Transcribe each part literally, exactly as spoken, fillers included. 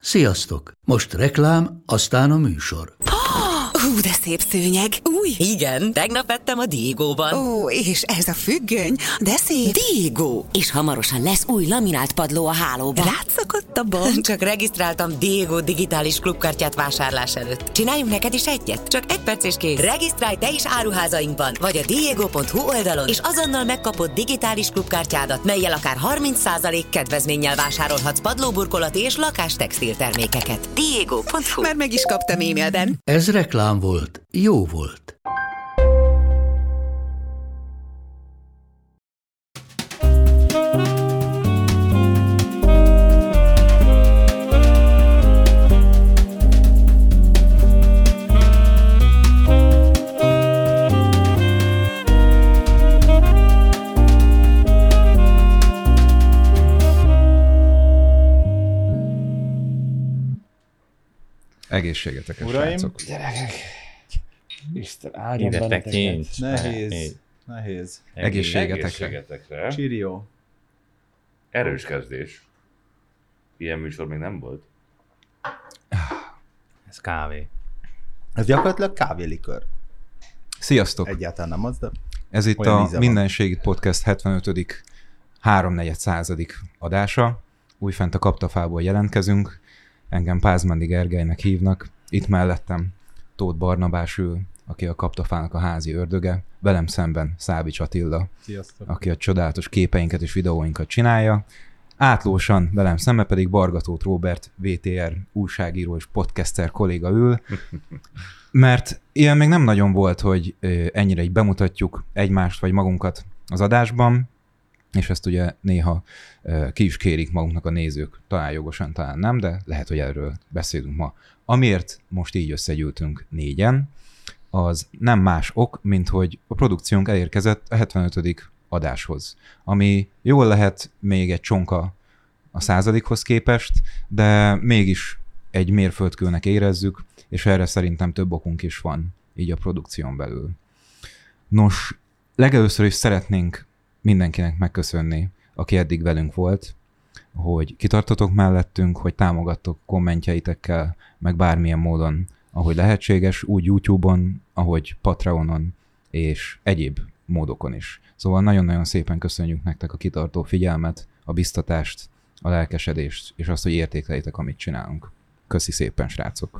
Sziasztok! Most reklám, aztán a műsor. Hú, de szép szőnyeg. Új? Igen, tegnap vettem a Diegóban. Ó, és ez a függöny, de szép. Diegó! És hamarosan lesz új laminált padló a hálóban. Rátszakadt a bank. Csak regisztráltam Diegó digitális klubkártyát vásárlás előtt. Csináljunk neked is egyet? Csak egy perc és kész. Regisztrálj te is áruházainkban, vagy a diego pont hu oldalon, és azonnal megkapod digitális klubkártyádat, mellyel akár harminc százalék kedvezménnyel vásárolhatsz padlóburkolati és lakástextil termékeket. diego pont hu. Már meg is kaptam e-mailben. Ez reklám volt, jó volt. Egészségeteket, Uraim, srácok. gyerekek! Isten, áldjon Ide benneteket. tekints. Nehéz, Nehéz. nehéz. Egészségetekre. Egészségetekre. Csirió. Erős kezdés. Ilyen műsor még nem volt. Ez kávé. Ez gyakorlatilag kávélikör. Sziasztok! Egyáltalán nem az, de... Ez itt olyan a íze van. Mindenség Podcast hetvenötödik háromnegyed századik adása. Újfent a Kaptafából jelentkezünk. Engem Pázmándi Gergelynek hívnak. Itt mellettem Tóth Barnabás ül, aki a Kaptafának a házi ördöge. Velem szemben Szávics Attila, Sziasztok. aki a csodálatos képeinket és videóinkat csinálja. Átlósan velem szemben pedig Bargatóth Róbert, vé té er újságíró és podcaster kolléga ül, mert ilyen még nem nagyon volt, hogy ennyire így bemutatjuk egymást vagy magunkat az adásban, és ezt ugye néha ki is kérik magunknak a nézők, talán jogosan, talán nem, de lehet, hogy erről beszélünk ma. Amiért most így összegyűltünk négyen, az nem más ok, mint hogy a produkciónk elérkezett a hetvenötödik adáshoz, ami jól lehet még egy csonka a századikhoz képest, de mégis egy mérföldkőnek érezzük, és erre szerintem több okunk is van így a produkción belül. Nos, legelőször is szeretnénk mindenkinek megköszönni, aki eddig velünk volt, hogy kitartotok mellettünk, hogy támogattok kommentjeitekkel, meg bármilyen módon, ahogy lehetséges, úgy YouTube-on, ahogy Patreonon, és egyéb módokon is. Szóval nagyon-nagyon szépen köszönjük nektek a kitartó figyelmet, a biztatást, a lelkesedést, és azt, hogy értékeljétek, amit csinálunk. Köszi szépen, srácok!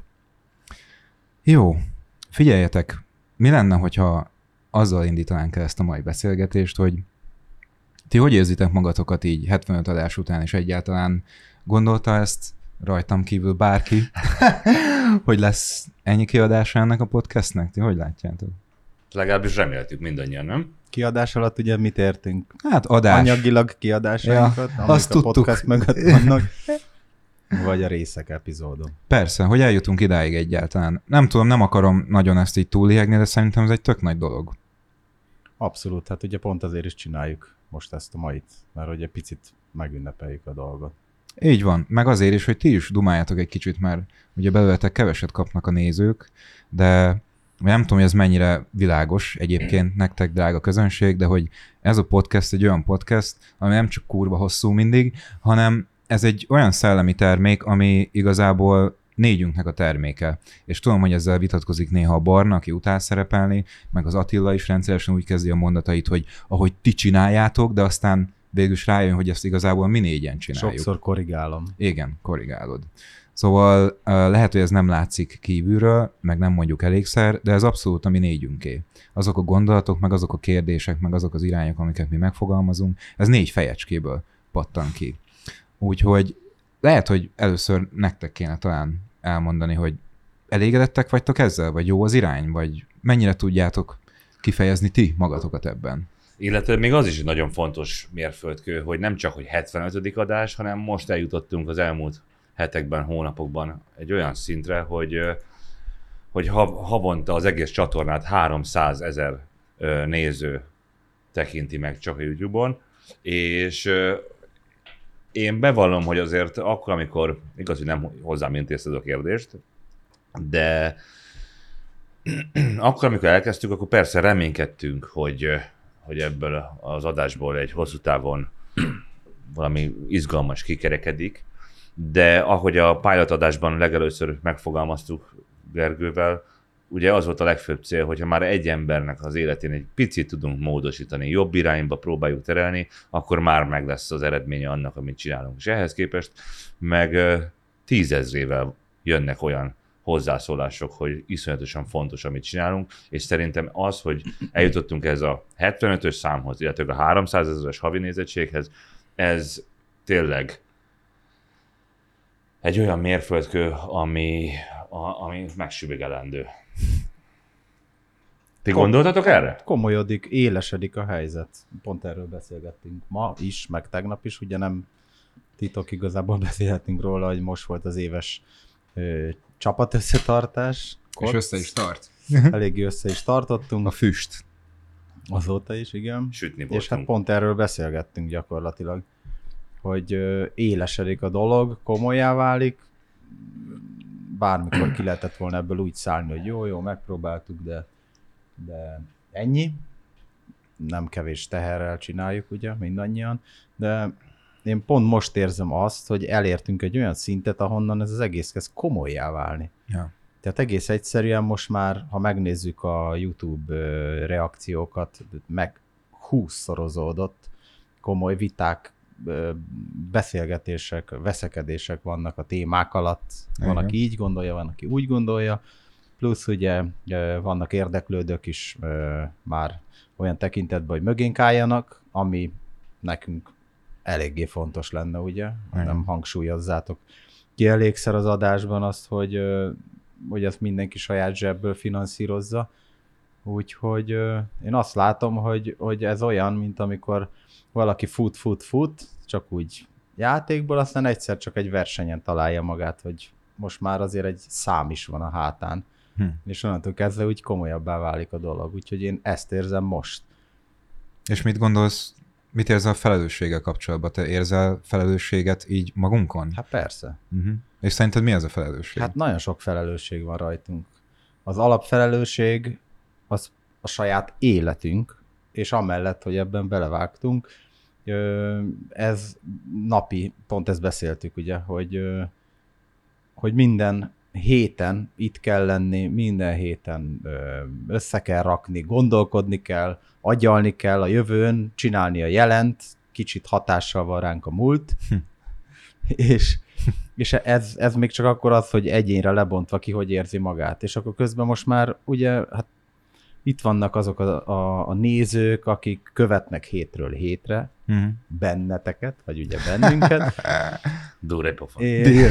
Jó, figyeljetek, mi lenne, hogyha azzal indítanánk el ezt a mai beszélgetést, hogy ti hogy érzitek magatokat így hetvenöt adás után, és egyáltalán gondolta ezt rajtam kívül bárki, hogy lesz ennyi kiadása ennek a podcastnek? Ti hogy látjátok? Legalábbis reméltük mindannyian, nem? Kiadás alatt ugye mit értünk? Hát adás. Anyagilag kiadásainkat, Ja, amik azt a tudtuk. podcast mögött vannak. Vagy a részek epizódon. Persze, hogy eljutunk idáig egyáltalán. Nem tudom, nem akarom nagyon ezt így túlliegni, de szerintem ez egy tök nagy dolog. Abszolút, hát ugye pont azért is csináljuk most ezt a mait, mert ugye picit megünnepeljük a dolgot. Így van, meg azért is, hogy ti is dumáljátok egy kicsit, mert ugye belőletek keveset kapnak a nézők, de nem tudom, hogy ez mennyire világos egyébként nektek, drága közönség, de hogy ez a podcast egy olyan podcast, ami nem csak kurva hosszú mindig, hanem ez egy olyan szellemi termék, ami igazából négyünknek a terméke. És tudom, hogy ezzel vitatkozik néha a Barna, aki utál szerepelni, meg az Attila is rendszeresen úgy kezdi a mondatait, hogy ahogy ti csináljátok, de aztán végül is rájön, hogy ezt igazából mi négyen csináljuk. Sokszor korrigálom. Igen, korrigálod. Szóval lehet, hogy ez nem látszik kívülről, meg nem mondjuk elégszer, de ez abszolút a mi négyünké. Azok a gondolatok, meg azok a kérdések, meg azok az irányok, amiket mi megfogalmazunk, ez négy fejecskéből pattan ki. Úgyhogy lehet, hogy először nektek kéne talán elmondani, hogy elégedettek vagytok ezzel, vagy jó az irány, vagy mennyire tudjátok kifejezni ti magatokat ebben. Illetve még az is egy nagyon fontos mérföldkő, hogy nem csak, hogy hetvenötödik adás, hanem most eljutottunk az elmúlt hetekben, hónapokban egy olyan szintre, hogy, hogy havonta az egész csatornát háromszázezer néző tekinti meg csak a YouTube-on, és én bevallom, hogy azért akkor, amikor, igaz, hogy nem hozzám intézted a kérdést, de akkor, amikor elkezdtük, akkor persze reménykedtünk, hogy, hogy ebből az adásból egy hosszú távon valami izgalmas kikerekedik, de ahogy a pilot adásban legelőször megfogalmaztuk Gergővel, ugye az volt a legfőbb cél, hogyha már egy embernek az életén egy picit tudunk módosítani, jobb irányba próbáljuk terelni, akkor már meg lesz az eredménye annak, amit csinálunk. És ehhez képest meg tízezrével jönnek olyan hozzászólások, hogy iszonyatosan fontos, amit csinálunk, és szerintem az, hogy eljutottunk ez a hetvenötös számhoz, illetve a háromszázezeres havi nézettséghez, ez tényleg egy olyan mérföldkő, ami, a, ami megsüvegelendő. Ti Kom- gondoltatok erre? Komolyodik, élesedik a helyzet. Pont erről beszélgettünk ma is, meg tegnap is, ugye nem titok, igazából beszélhetünk róla, hogy most volt az éves ö, csapatösszetartás. És össze is tart. Eléggé össze is tartottunk. A füst. Azóta is, igen. Sütni voltunk. És hát pont erről beszélgettünk gyakorlatilag, hogy ö, élesedik a dolog, komolyá válik, bármikor ki lehetett volna ebből úgy szállni, hogy jó, jó, megpróbáltuk, de, de ennyi. Nem kevés teherrel csináljuk, ugye, mindannyian, de én pont most érzem azt, hogy elértünk egy olyan szintet, ahonnan ez az egész kezd komolyá válni. Ja. Tehát egész egyszerűen most már, ha megnézzük a YouTube reakciókat, meg húszszorozódott komoly viták, beszélgetések, veszekedések vannak a témák alatt. Van, igen, aki így gondolja, van, aki úgy gondolja. Plusz ugye vannak érdeklődők is már olyan tekintetben, hogy mögénk álljanak, ami nekünk eléggé fontos lenne, ugye? Igen. Nem hangsúlyozzátok ki elégszer az adásban azt, hogy, hogy ezt mindenki saját zsebből finanszírozza. Úgyhogy én azt látom, hogy, hogy ez olyan, mint amikor valaki fut, fut, fut, csak úgy játékból, aztán egyszer csak egy versenyen találja magát, hogy most már azért egy szám is van a hátán. Hm. És onnantól kezdve úgy komolyabbá válik a dolog. Úgyhogy én ezt érzem most. És mit gondolsz, mit érzel a felelősséggel kapcsolatban? Te érzel felelősséget így magunkon? Hát persze. Uh-huh. És szerinted mi az a felelősség? Hát nagyon sok felelősség van rajtunk. Az alapfelelősség az a saját életünk, és amellett, hogy ebben belevágtunk, ez napi, pont ezt beszéltük, ugye, hogy, hogy minden héten itt kell lenni, minden héten össze kell rakni, gondolkodni kell, agyalni kell a jövőn, csinálni a jelent, kicsit hatással van ránk a múlt, hm. és, és ez, ez még csak akkor az, hogy egyénre lebontva ki, hogy érzi magát. És akkor közben most már ugye, hát itt vannak azok a, a, a nézők, akik követnek hétről hétre uh-huh. benneteket, vagy ugye bennünket. Durre pofa. És,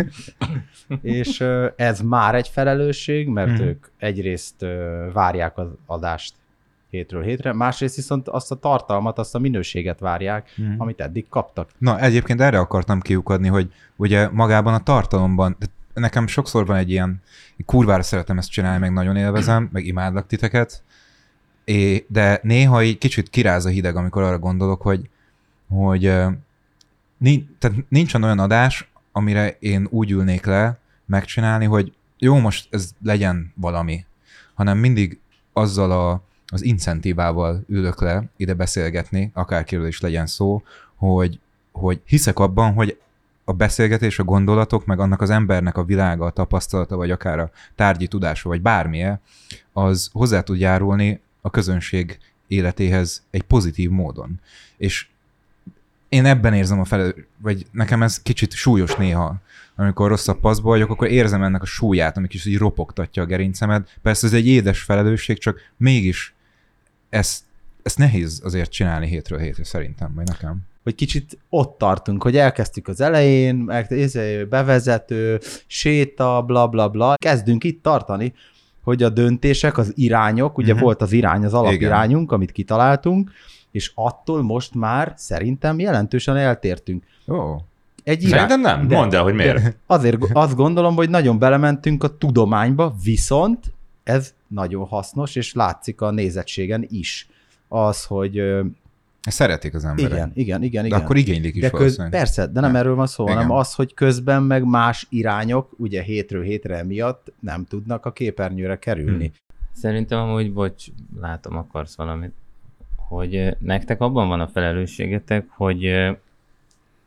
és ez már egy felelősség, mert uh-huh. ők egyrészt várják az adást hétről hétre, másrészt viszont azt a tartalmat, azt a minőséget várják, uh-huh. amit eddig kaptak. Na, egyébként erre akartam kiukadni, hogy ugye magában a tartalomban, nekem sokszor van egy ilyen, kurvára szeretem ezt csinálni, meg nagyon élvezem, meg imádlak titeket, é, de néha így kicsit kiráz a hideg, amikor arra gondolok, hogy, hogy uh, nincs, tehát nincsen olyan adás, amire én úgy ülnék le megcsinálni, hogy jó, most ez legyen valami, hanem mindig azzal a, az incentívával ülök le ide beszélgetni, akárkiről is legyen szó, hogy, hogy hiszek abban, hogy a beszélgetés, a gondolatok, meg annak az embernek a világa, a tapasztalata, vagy akár a tárgyi tudása, vagy bármilyen, az hozzá tud járulni a közönség életéhez egy pozitív módon. És én ebben érzem a felelősséget, vagy nekem ez kicsit súlyos néha, amikor rosszabb paszba vagyok, akkor érzem ennek a súlyát, ami kicsit így ropogtatja a gerincemet. Persze ez egy édes felelősség, csak mégis ezt, ezt nehéz azért csinálni hétről hétre szerintem, vagy nekem. Hogy kicsit ott tartunk, hogy elkezdtük az elején, bevezető, séta, bla bla bla. Kezdünk itt tartani, hogy a döntések, az irányok, ugye uh-huh. volt az irány, az alapirányunk, igen. amit kitaláltunk, és attól most már szerintem jelentősen eltértünk. Oh. Egy irány... Szerintem nem. De, Mondd el, hogy miért. Azért azt gondolom, hogy nagyon belementünk a tudományba, viszont ez nagyon hasznos, és látszik a nézettségen is. Az, hogy... Szeretik az emberek. Igen, igen, igen. igen. De akkor igénylik is de köz, Persze, de nem, nem erről van szó, igen. hanem az, hogy közben meg más irányok, ugye hétről hétre miatt nem tudnak a képernyőre kerülni. Hmm. Szerintem amúgy, bocs, látom, akarsz valamit, hogy nektek abban van a felelősségetek, hogy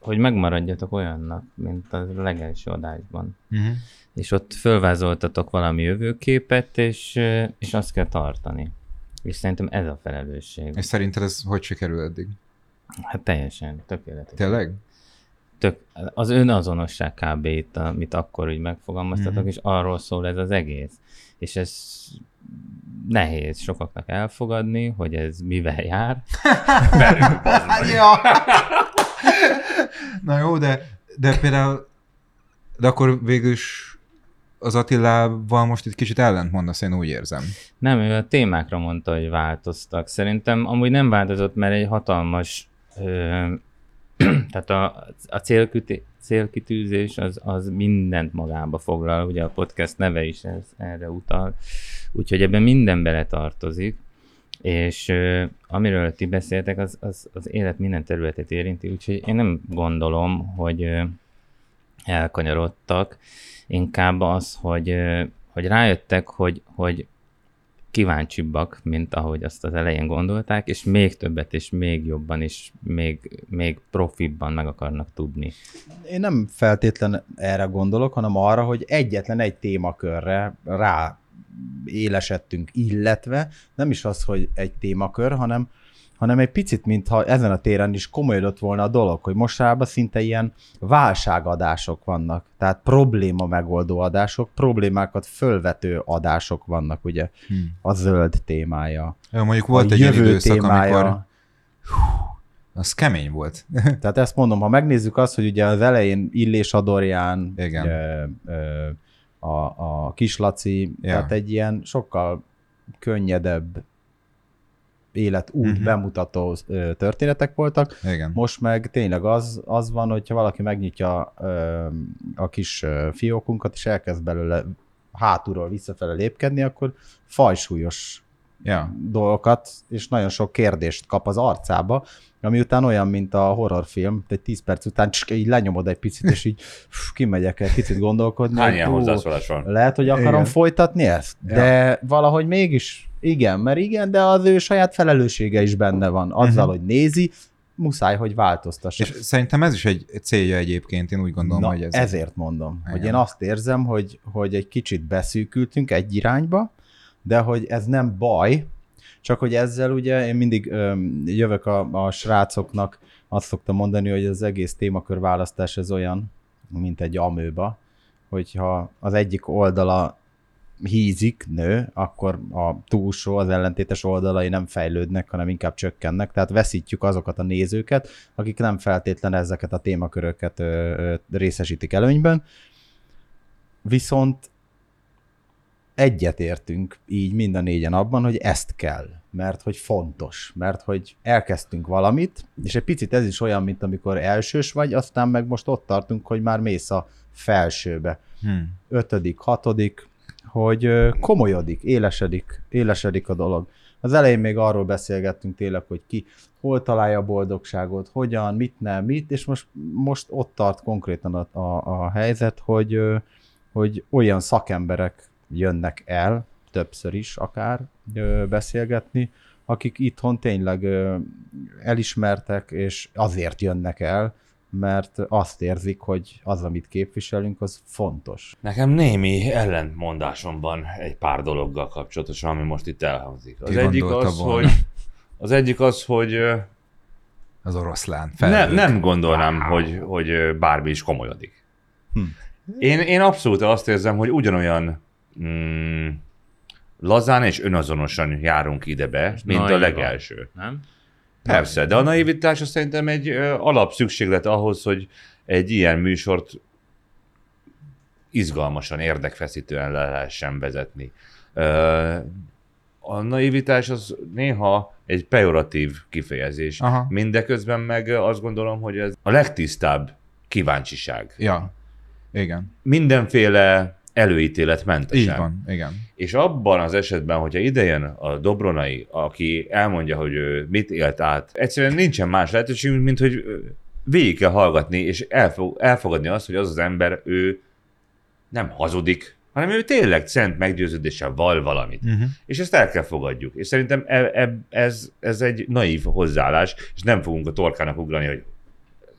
hogy megmaradjatok olyannak, mint a legelső adásban. Uh-huh. És ott fölvázoltatok valami jövőképet, és, és azt kell tartani. És szerintem ez a felelősség. És szerinted ez hogy sikerül eddig? Hát teljesen, tökéletes. Tényleg? Tök, az önazonosság kb. Itt, amit akkor úgy megfogalmaztatok, mm-hmm. és arról szól ez az egész. És ez nehéz sokaknak elfogadni, hogy ez mivel jár. Ja. Na jó, de, de például, de akkor végül is az Attilával most itt kicsit ellent mondasz, én úgy érzem. Nem, ő a témákra mondta, hogy változtak. Szerintem amúgy nem változott, mert egy hatalmas, ö, tehát a, a célküti, célkitűzés az, az mindent magába foglal, ugye a podcast neve is ez, erre utal, úgyhogy ebben minden beletartozik, és ö, amiről ti beszéltek, az, az, az élet minden területét érinti, úgyhogy én nem gondolom, hogy ö, elkanyarodtak, inkább az, hogy, hogy rájöttek, hogy, hogy kíváncsibbak, mint ahogy azt az elején gondolták, és még többet, és még jobban, és még, még profibban meg akarnak tudni. Én nem feltétlen erre gondolok, hanem arra, hogy egyetlen egy témakörre rá élesedtünk, illetve nem is az, hogy egy témakör, hanem hanem egy picit, mintha ezen a téren is komolyodott volna a dolog, hogy mostanában szinte ilyen válságadások vannak, tehát probléma megoldó adások, problémákat fölvető adások vannak, ugye hmm. a zöld témája. Ja, mondjuk volt a egy ilyen időszak, témája, amikor hú, az kemény volt. Tehát ezt mondom, ha megnézzük azt, hogy ugye az elején Illés Adorján, igen. Ugye, a, a Kislaci, ja. tehát egy ilyen sokkal könnyedebb életút uh-huh. bemutató ö, történetek voltak. Igen. Most meg tényleg az, az van, hogyha valaki megnyitja ö, a kis ö, fiókunkat, és elkezd belőle hátulról visszafele lépkedni, akkor fajsúlyos ja. dolgokat, és nagyon sok kérdést kap az arcába, ami után olyan, mint a horrorfilm, egy tíz perc után csak így lenyomod egy picit, és így pff, kimegyek egy picit gondolkodni. Hány ilyen hozzászólás van? Lehet, hogy akarom igen. folytatni ezt, ja. de valahogy mégis igen, mert igen, de az ő saját felelőssége is benne van. Azzal, uh-huh. hogy nézi, muszáj, hogy változtassa. És szerintem ez is egy célja egyébként, én úgy gondolom, Na, hogy ez... ezért mondom, igen. hogy én azt érzem, hogy, hogy egy kicsit beszűkültünk egy irányba, de hogy ez nem baj, csak hogy ezzel ugye én mindig öm, jövök a, a srácoknak, azt szoktam mondani, hogy az egész témakör választás ez olyan, mint egy amőba, hogyha az egyik oldala hízik, nő, akkor a túlsó, az ellentétes oldalai nem fejlődnek, hanem inkább csökkennek, tehát veszítjük azokat a nézőket, akik nem feltétlen ezeket a témaköröket ö, ö, részesítik előnyben, viszont egyetértünk így mind a négyen abban, hogy ezt kell, mert hogy fontos, mert hogy elkezdtünk valamit, és egy picit ez is olyan, mint amikor elsős vagy, aztán meg most ott tartunk, hogy már mész a felsőbe. Hmm. Ötödik, hatodik, hogy komolyodik, élesedik, élesedik a dolog. Az elején még arról beszélgettünk tényleg, hogy ki hol találja a boldogságot, hogyan, mit nem, mit, és most, most ott tart konkrétan a, a, a helyzet, hogy, hogy olyan szakemberek jönnek el, többször is akár beszélgetni, akik itthon tényleg elismertek, és azért jönnek el, mert azt érzik, hogy az, amit képviselünk, az fontos. Nekem némi ellentmondásom van egy pár dologgal kapcsolatosan, ami most itt elhangzik. Az Ki egyik az, volna? hogy, az egyik az, hogy az oroszlán ne, nem gondolnám, wow. hogy, hogy bármi is komolyodik. Hm. Én, én abszolút azt érzem, hogy ugyanolyan mm, lazán és önazonosan járunk ide be, mint Naiva. a legelső. Nem? Persze, de a naivitás az szerintem egy alapszükséglet ahhoz, hogy egy ilyen műsort izgalmasan, érdekfeszítően le lehessen vezetni. A naivitás az néha egy pejoratív kifejezés. Aha. Mindeközben meg azt gondolom, hogy ez a legtisztább kíváncsiság. Ja, igen. Mindenféle előítéletmentesen. Így van, igen. És abban az esetben, hogyha idejön a Dobronai, aki elmondja, hogy ő mit élt át, egyszerűen nincsen más lehetőség, mint hogy végig kell hallgatni, és elfog, elfogadni azt, hogy az az ember, ő nem hazudik, hanem ő tényleg szent meggyőződéssel val valamit. Uh-huh. És ezt el kell fogadjuk. És szerintem e, e, ez, ez egy naív hozzáállás, és nem fogunk a torkának ugrani, hogy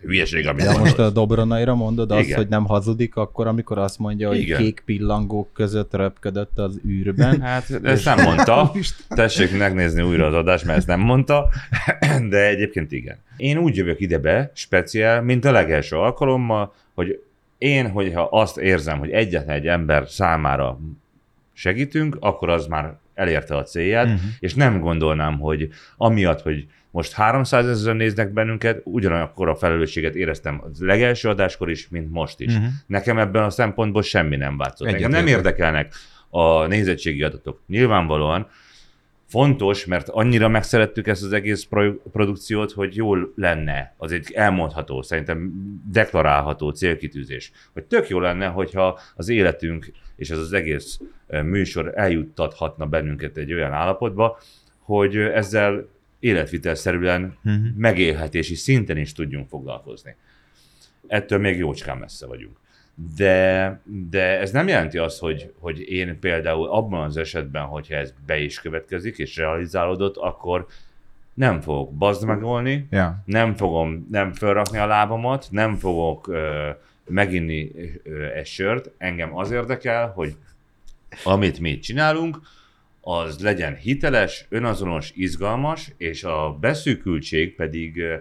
hülyeség, amit De mondod. most a Dobronaira mondod azt, Igen. hogy nem hazudik, akkor amikor azt mondja, hogy Igen. kék pillangók között röpködött az űrben. Hát ezt nem mondta. Tessék megnézni újra az adást, mert ezt nem mondta, de egyébként igen. Én úgy jövök ide be, speciál, mint a legelső alkalommal, hogy én, hogyha azt érzem, hogy egyetlen egy ember számára segítünk, akkor az már elérte a célját, uh-huh. és nem gondolnám, hogy amiatt, hogy most háromszázezren néznek bennünket, ugyanakkor a felelősséget éreztem az legelső adáskor is, mint most is. Uh-huh. Nekem ebben a szempontból semmi nem változott. Engem nem érdekelnek a nézettségi adatok. Nyilvánvalóan fontos, mert annyira megszerettük ezt az egész pro- produkciót, hogy jól lenne, az egy elmondható, szerintem deklarálható célkitűzés, hogy tök jó lenne, hogyha az életünk és ez az egész műsor eljuttathatna bennünket egy olyan állapotba, hogy ezzel életvitelszerűen uh-huh. megélhetési szinten is tudjunk foglalkozni. Ettől még jócskán messze vagyunk. De, de ez nem jelenti azt, hogy, hogy én például abban az esetben, hogyha ez be is következik és realizálódott, akkor nem fogok bazdmegolni, Ja. nem fogom nem felrakni a lábamat, nem fogok ö, meginni ö, egy sört. Engem az érdekel, hogy amit mi csinálunk, az legyen hiteles, önazonos, izgalmas, és a beszűkültség pedig ö,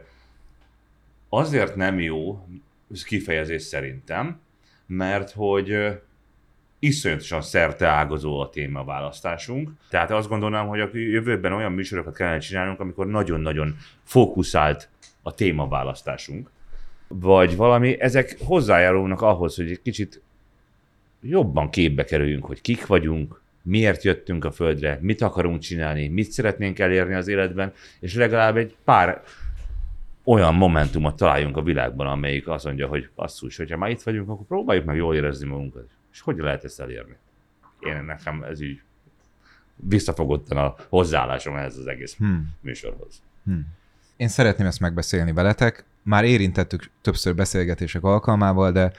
azért nem jó, ez kifejezés szerintem, mert hogy ö, iszonyatosan szerteágazó a témaválasztásunk. Tehát azt gondolnám, hogy a jövőben olyan műsorokat kellene csinálnunk, amikor nagyon-nagyon fókuszált a témaválasztásunk. Vagy valami, ezek hozzájárulnak ahhoz, hogy egy kicsit jobban képbe kerüljünk, hogy kik vagyunk, miért jöttünk a Földre, mit akarunk csinálni, mit szeretnénk elérni az életben, és legalább egy pár olyan momentumot találjunk a világban, amelyik azt mondja, hogy basszus, hogyha már itt vagyunk, akkor próbáljuk meg jól érezni magunkat. És hogy lehet ezt elérni? Én nekem ez így visszafogottan a hozzáállásom ehhez az egész hmm. műsorhoz. Hmm. Én szeretném ezt megbeszélni veletek. Már érintettük többször beszélgetések alkalmával, de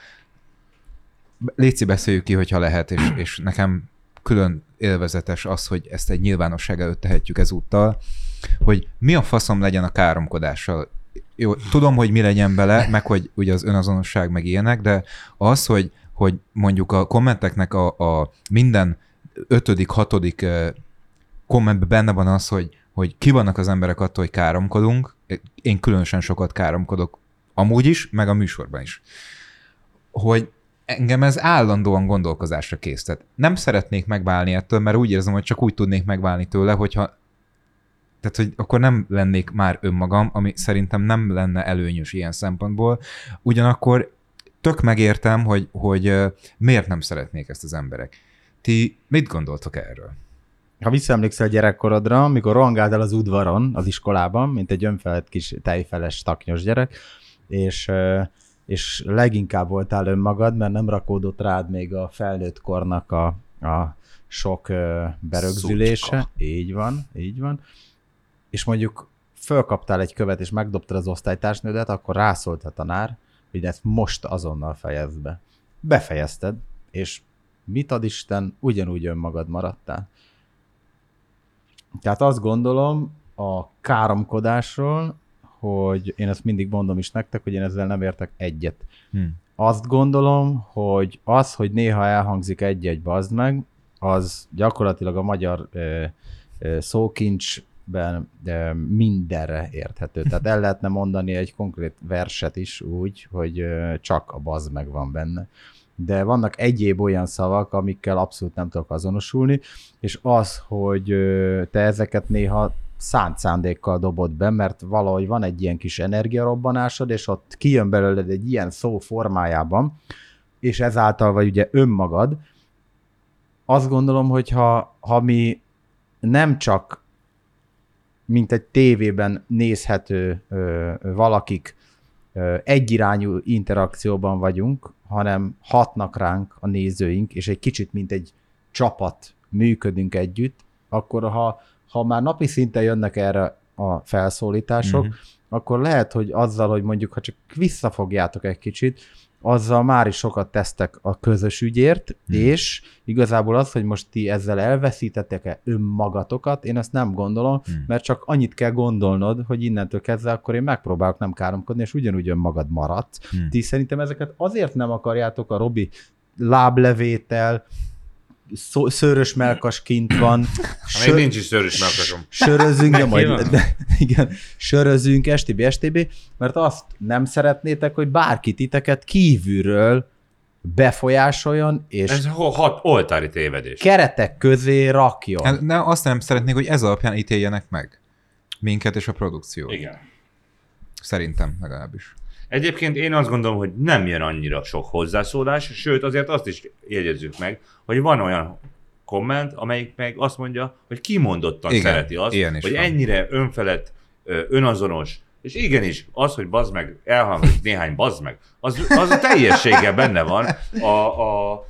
létszi beszéljük ki, hogyha lehet, és, és nekem külön élvezetes az, hogy ezt egy nyilvánosság előtt tehetjük ezúttal, hogy mi a faszom legyen a káromkodással. Jó, tudom, hogy mi legyen bele, meg hogy ugye az önazonosság meg ilyenek, de az, hogy, hogy mondjuk a kommenteknek a, a minden ötödik, hatodik kommentben benne van az, hogy, hogy ki vannak az emberek attól, hogy káromkodunk. Én különösen sokat káromkodok amúgy is, meg a műsorban is. Hogy engem ez állandóan gondolkozásra kész. Tehát nem szeretnék megválni ettől, mert úgy érzem, hogy csak úgy tudnék megválni tőle, hogyha tehát, hogy akkor nem lennék már önmagam, ami szerintem nem lenne előnyös ilyen szempontból. Ugyanakkor tök megértem, hogy, hogy miért nem szeretnék ezt az emberek. Ti mit gondoltok erről? Ha visszaemlékszel gyerekkorodra, amikor rohangáltál az udvaron, az iskolában, mint egy önfelett kis tejfeles taknyos gyerek, és, és leginkább voltál önmagad, mert nem rakódott rád még a felnőtt kornak a, a sok berögzülése. Szutyka. Így van, így van. És mondjuk fölkaptál egy követ, és megdobtad az osztálytársnődet, akkor rászólt a tanár, hogy ezt most azonnal fejezd be. Befejezted, és mit ad Isten, ugyanúgy önmagad maradtál. Tehát azt gondolom a káromkodásról, hogy én ezt mindig mondom is nektek, hogy én ezzel nem értek egyet. Hmm. Azt gondolom, hogy az, hogy néha elhangzik egy-egy bazd meg, az gyakorlatilag a magyar ö, ö, szókincsben ö, mindenre érthető. Tehát el lehetne mondani egy konkrét verset is úgy, hogy ö, csak a bazd meg van benne. De vannak egyéb olyan szavak, amikkel abszolút nem tudok azonosulni, és az, hogy ö, te ezeket néha szánt szándékkal dobod be, mert valahogy van egy ilyen kis energiarobbanásod, és ott kijön belőled egy ilyen szó formájában, és ezáltal vagy ugye önmagad. Azt gondolom, hogy ha, ha mi nem csak mint egy tévében nézhető ö, valakik ö, egyirányú interakcióban vagyunk, hanem hatnak ránk a nézőink, és egy kicsit mint egy csapat működünk együtt, akkor ha ha már napi szinten jönnek erre a felszólítások, mm-hmm. akkor lehet, hogy azzal, hogy mondjuk, ha csak visszafogjátok egy kicsit, azzal már is sokat tesztek a közös ügyért, hmm. és igazából az, hogy most ti ezzel elveszítettek-e önmagatokat, én ezt nem gondolom, hmm. mert csak annyit kell gondolnod, hogy innentől kezdve akkor én megpróbálok nem káromkodni, és ugyanúgy önmagad maradsz. Hmm. Ti szerintem ezeket azért nem akarjátok, a Robi láblevétel, szó, szőrös melkas kint van. Sör... Még nincs is szőrös melkasom. Sörözünk, de majd, de, igen, sörözünk, stb. stb. Mert azt nem szeretnétek, hogy bárki titeket kívülről befolyásoljon, és ez hat oltári tévedés. Keretek közé rakjon. De azt nem szeretnék, hogy ez alapján ítéljenek meg minket és a produkciót. Igen. Szerintem legalábbis. Egyébként én azt gondolom, hogy nem jön annyira sok hozzászólás, sőt azért azt is jegyezzük meg, hogy van olyan komment, amelyik meg azt mondja, hogy kimondottan igen, szereti azt, hogy van. Ennyire önfelett, önazonos, és igenis, az, hogy bazd meg, elhangzik néhány bazd meg, az, az a teljességgel benne van a, a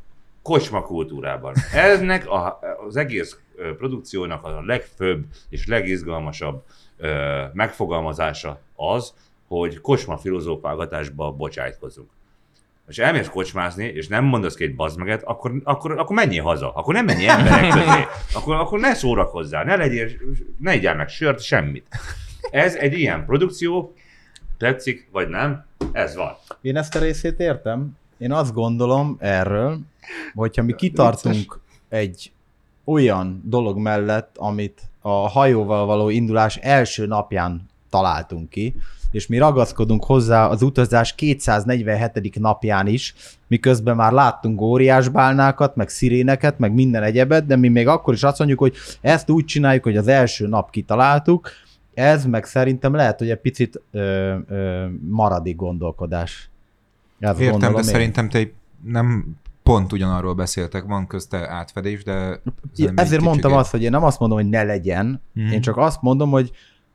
kocsma kultúrában. Ennek a, az egész produkciónak a legfőbb és legizgalmasabb megfogalmazása az, hogy kocsma filozófálgatásba bocsájtkozunk. És elmész kocsmázni, és nem mondasz ki egy bazmeget, akkor, akkor, akkor menjél haza. Akkor nem menjél emberek közé. Akkor, akkor ne szórakozzál, ne legyél, ne igyál meg sört, semmit. Ez egy ilyen produkció, tetszik, vagy nem, ez van. Én ezt a részét értem. Én azt gondolom erről, hogyha mi kitartunk egy olyan dolog mellett, amit a hajóval való indulás első napján találtunk ki, és mi ragaszkodunk hozzá az utazás kétszáznegyvenhetedik napján is, miközben már láttunk óriásbálnákat, meg sziréneket, meg minden egyebet, de mi még akkor is azt mondjuk, hogy ezt úgy csináljuk, hogy az első nap kitaláltuk, ez meg szerintem lehet, hogy egy picit ö, ö, maradék gondolkodás. Ezt értem, de én. Szerintem te nem pont ugyanarról beszéltek, van közte átfedés, de... Ezért mondtam azt, hogy én nem azt mondom, hogy ne legyen, mm-hmm. én csak azt mondom, hogy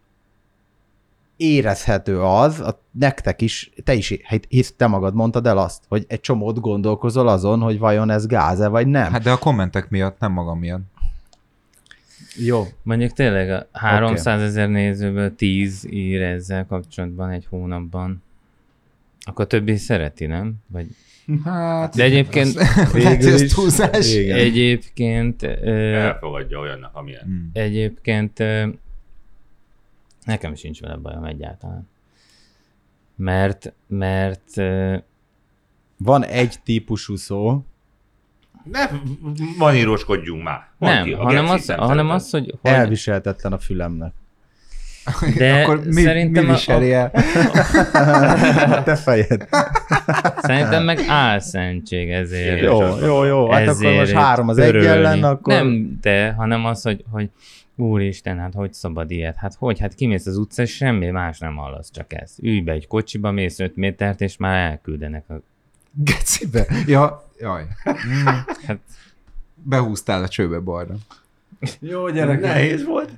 érezhető az, a, nektek is, te is, hisz te magad mondtad el azt, hogy egy csomót gondolkozol azon, hogy vajon ez gáz-e, vagy nem. Hát de a kommentek miatt, nem magam miatt. Jó. Mondjuk tényleg a háromszázezer nézőből tíz ír ezzel kapcsolatban egy hónapban. Akkor a többi szereti, nem? Vagy... Hát, de egyébként... Ez túlzás. Egyébként... Elfogadja olyannak, amilyen. Hmm. Egyébként... Nekem sincs vele bajom egyáltalán. Mert, mert... Van egy típusú szó. Ne maníroskodjunk már. Nem, ki, hanem, az, hanem az, hogy, hogy... Elviselhetetlen a fülemnek. De akkor mi, szerintem mi viseli el? A... Te fejed. Szerintem meg álszentség ezért. Jó, jó, jó. Hát akkor most három az egy ellen, akkor... Nem te, hanem az, hogy, hogy úristen, hát hogy szabad ilyet? Hát hogy? Hát kimész az utcán, és semmi más nem hallasz, csak ez. Ülj be egy kocsiba, mész öt métert, és már elküldenek a... Gecibe. Ja, jaj. Mm. Hát behúztál a csőbe balra. Jó, gyerek. Nehéz volt.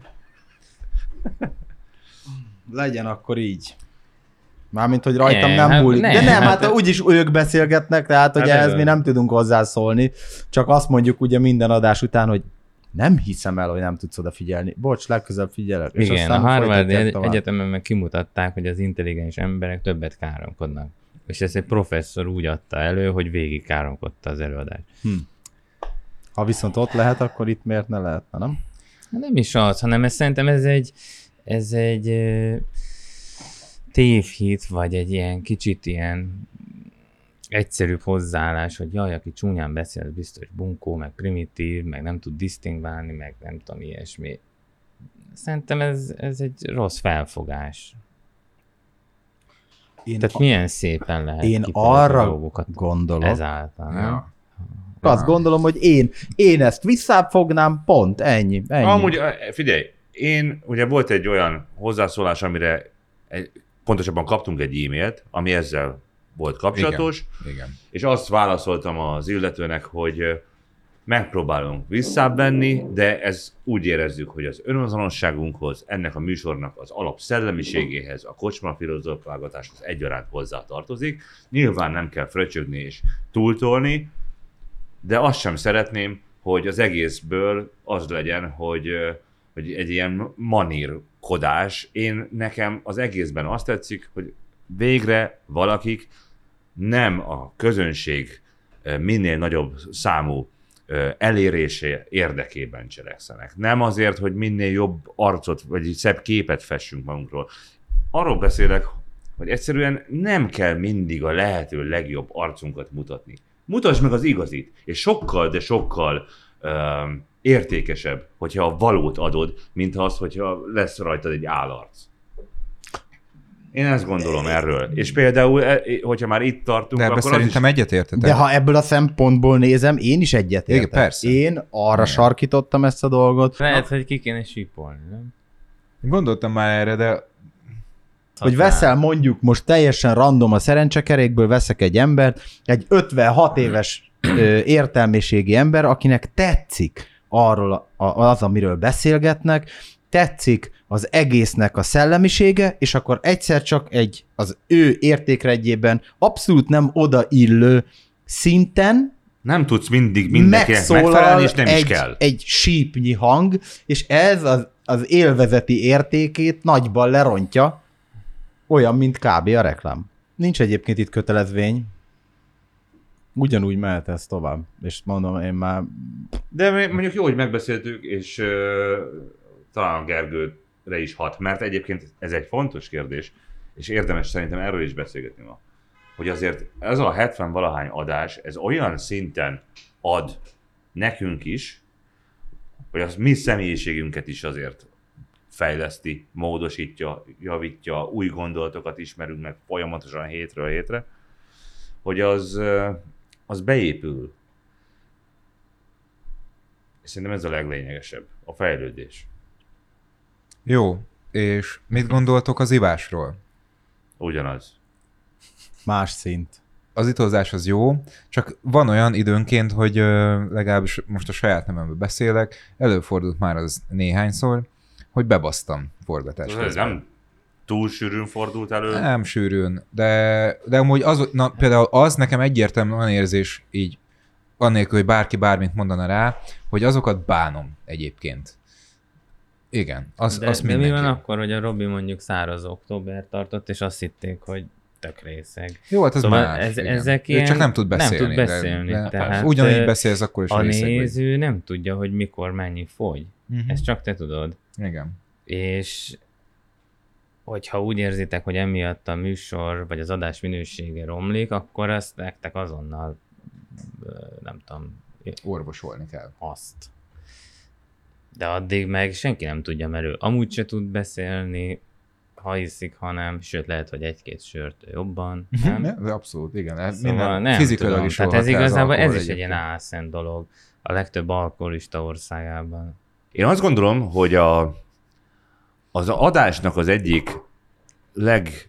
Legyen akkor így. Mármint, hogy rajtam nem, nem nem múlik. Nem, De nem, hát, hát úgyis ők beszélgetnek, tehát hogy hát ehhez mi nem tudunk hozzászólni. Csak azt mondjuk ugye minden adás után, hogy nem hiszem el, hogy nem tudsz odafigyelni. Bocs, legközelebb figyelek. Igen, és a Harvard Egyetemen meg kimutatták, hogy az intelligens emberek többet káromkodnak. És ezt egy professzor úgy adta elő, hogy végig káromkodta az előadást. Hm. Ha viszont ott lehet, akkor itt miért ne lehetne, nem? Nem is az, hanem ez, szerintem ez egy, ez egy uh, tévhit, vagy egy ilyen kicsit ilyen egyszerűbb hozzáállás, hogy jaj, aki csúnyán beszél, az biztos bunkó, meg primitív, meg nem tud disztingválni, meg nem tudom, ilyesmi. Szerintem ez, ez egy rossz felfogás. Én Tehát a... milyen szépen lehet én arra dolgokat gondolok, ezáltal, nem? Ja. Azt gondolom, hogy én, én ezt visszáfognám, pont, ennyi, ennyi. Amúgy, figyelj, én, ugye volt egy olyan hozzászólás, amire egy, pontosabban kaptunk egy e-mailt, ami ezzel volt kapcsolatos, igen, igen. És azt válaszoltam az illetőnek, hogy megpróbálunk visszávenni, de ez úgy érezzük, hogy az önazonosságunkhoz, ennek a műsornak az alapszellemiségéhez, a kocsma filozófálgatáshoz egyaránt hozzá tartozik. Nyilván nem kell fröcsögni és túltolni, de azt sem szeretném, hogy az egészből az legyen, hogy, hogy egy ilyen manírkodás. Én nekem az egészben azt tetszik, hogy végre valakik nem a közönség minél nagyobb számú elérése érdekében cselekszenek. Nem azért, hogy minél jobb arcot, vagy szebb képet fessünk magunkról. Arról beszélek, hogy egyszerűen nem kell mindig a lehető legjobb arcunkat mutatni. Mutasd meg az igazit, és sokkal, de sokkal uh, értékesebb, hogyha a valót adod, mint az, hogyha lesz rajtad egy állarc. Én ezt gondolom erről. És például, hogyha már itt tartunk, de ebben akkor szerintem is... egyetértetek. De ha ebből a szempontból nézem, én is egyetértek. Igen, persze. Én arra Igen. sarkítottam ezt a dolgot, Lehet, hogy ki kéne sípolni, nem? Gondoltam már erre, de hogy veszel mondjuk most teljesen random a szerencsekerékből veszek egy embert, egy ötvenhat éves ö, értelmiségi ember, akinek tetszik arról a, az, amiről beszélgetnek, tetszik az egésznek a szellemisége, és akkor egyszer csak egy az ő értékrendjében abszolút nem odaillő szinten Nem tudsz mindig mindenkinek megfelelni, és nem egy, is kell. egy sípnyi hang, és ez az, az élvezeti értékét nagyban lerontja, olyan, mint kb. A reklám. Nincs egyébként itt kötelezvény. Ugyanúgy mehet ez tovább. És mondom, én már... De mi- mondjuk jó, hogy megbeszéltük, és uh, talán Gergőre is hat, mert egyébként ez egy fontos kérdés, és érdemes szerintem erről is beszélgetni ma. Hogy azért ez a hetven-valahány adás, ez olyan szinten ad nekünk is, hogy az mi személyiségünket is azért fejleszti, módosítja, javítja, új gondolatokat ismerünk meg folyamatosan hétről hétre, hogy az, az beépül. És szerintem ez a leglényegesebb, a fejlődés. jó. És mit gondoltok az ivásról? Ugyanaz. Más szint. Az itozás az jó, csak van olyan időnként, hogy ö, legalábbis most a saját nememben beszélek, előfordult már az néhányszor, hogy bebasztam forgatás Ez közben. nem túl sűrűn fordult elő. Nem sűrűn, de, de amúgy az, na, például az nekem egyértelműen olyan érzés így, annélkül, hogy bárki bármit mondana rá, hogy azokat bánom egyébként. Igen, az, De, az de mi mindenki. van akkor, hogy a Robi mondjuk száraz október tartott, és azt hitték, hogy tök részeg. Jó, hát ez Szóval más. ez- igen. ezek Ő ilyen- csak nem tud beszélni. nem tud beszélni, de, de tehát, ugyanígy ö, beszélsz, akkor is A részeg vagy. néző nem tudja, hogy mikor mennyi fogy. Mhm. Ezt csak te tudod. Igen. És hogyha úgy érzitek, hogy emiatt a műsor vagy az adás minősége romlik, akkor ezt nektek azonnal ö, nem tudom, Orvosolni kell. azt. De addig meg senki nem tudja, mert ő amúgy se tud beszélni, ha iszik, ha nem, sőt lehet, hogy egy-két sört jobban, nem? Ja, de abszolút, igen. Hát Szóval minden nem fizikailag tudom. is Tehát rohadt ez rá az igazából ez alkohol is egy ilyen egyébként. álszent dolog. A legtöbb alkoholista országában. Én azt gondolom, hogy a, az adásnak az egyik legfőbb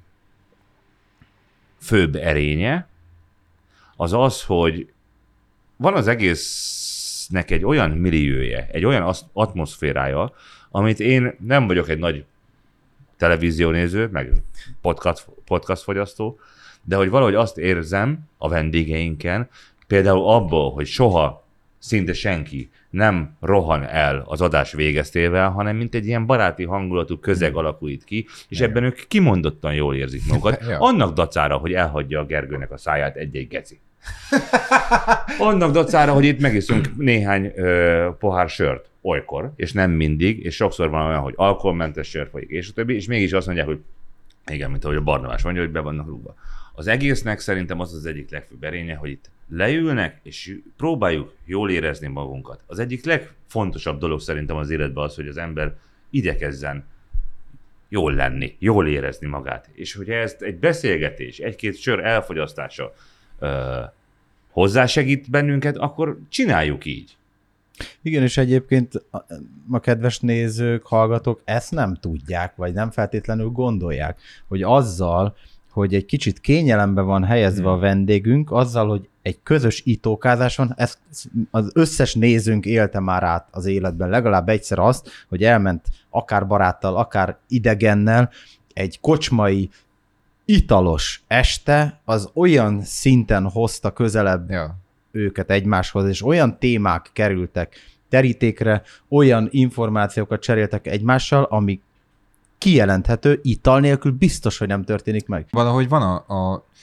erénye az az, hogy van az egésznek egy olyan milliója, egy olyan az- atmoszférája, amit én nem vagyok egy nagy televíziónéző, meg podcast, podcast fogyasztó, de hogy valahogy azt érzem a vendégeinken, például abból, hogy soha szinte senki nem rohan el az adás végeztével, hanem mint egy ilyen baráti hangulatú közeg alakul itt ki, és Igen. ebben ők kimondottan jól érzik magukat, Ja. annak dacára, hogy elhagyja a Gergőnek a száját egy-egy geci. Annak dacára, hogy itt megiszunk néhány ö, pohár sört olykor, és nem mindig, és sokszor van olyan, hogy alkoholmentes sör folyik, és a többi, és mégis azt mondják, hogy igen, mint ahogy a Barnabás mondja, hogy be vannak rúgva. Az egésznek szerintem az az egyik legfőbb erénye, hogy itt leülnek, és próbáljuk jól érezni magunkat. Az egyik legfontosabb dolog szerintem az életben az, hogy az ember igyekezzen jól lenni, jól érezni magát. És hogyha ezt egy beszélgetés, egy-két sör elfogyasztása ö, hozzásegít bennünket, akkor csináljuk így. Igen, és egyébként a, a kedves nézők, hallgatók ezt nem tudják, vagy nem feltétlenül gondolják, hogy azzal, hogy egy kicsit kényelembe van helyezve hmm. a vendégünk, azzal, hogy egy közös itókázás van, ezt az összes nézőnk élte már át az életben, legalább egyszer azt, hogy elment akár baráttal, akár idegennel egy kocsmai italos este, az olyan szinten hozta közelebb Ja. őket egymáshoz, és olyan témák kerültek terítékre, olyan információkat cseréltek egymással, ami kijelenthető, ital nélkül biztos, hogy nem történik meg. Valahogy van a, a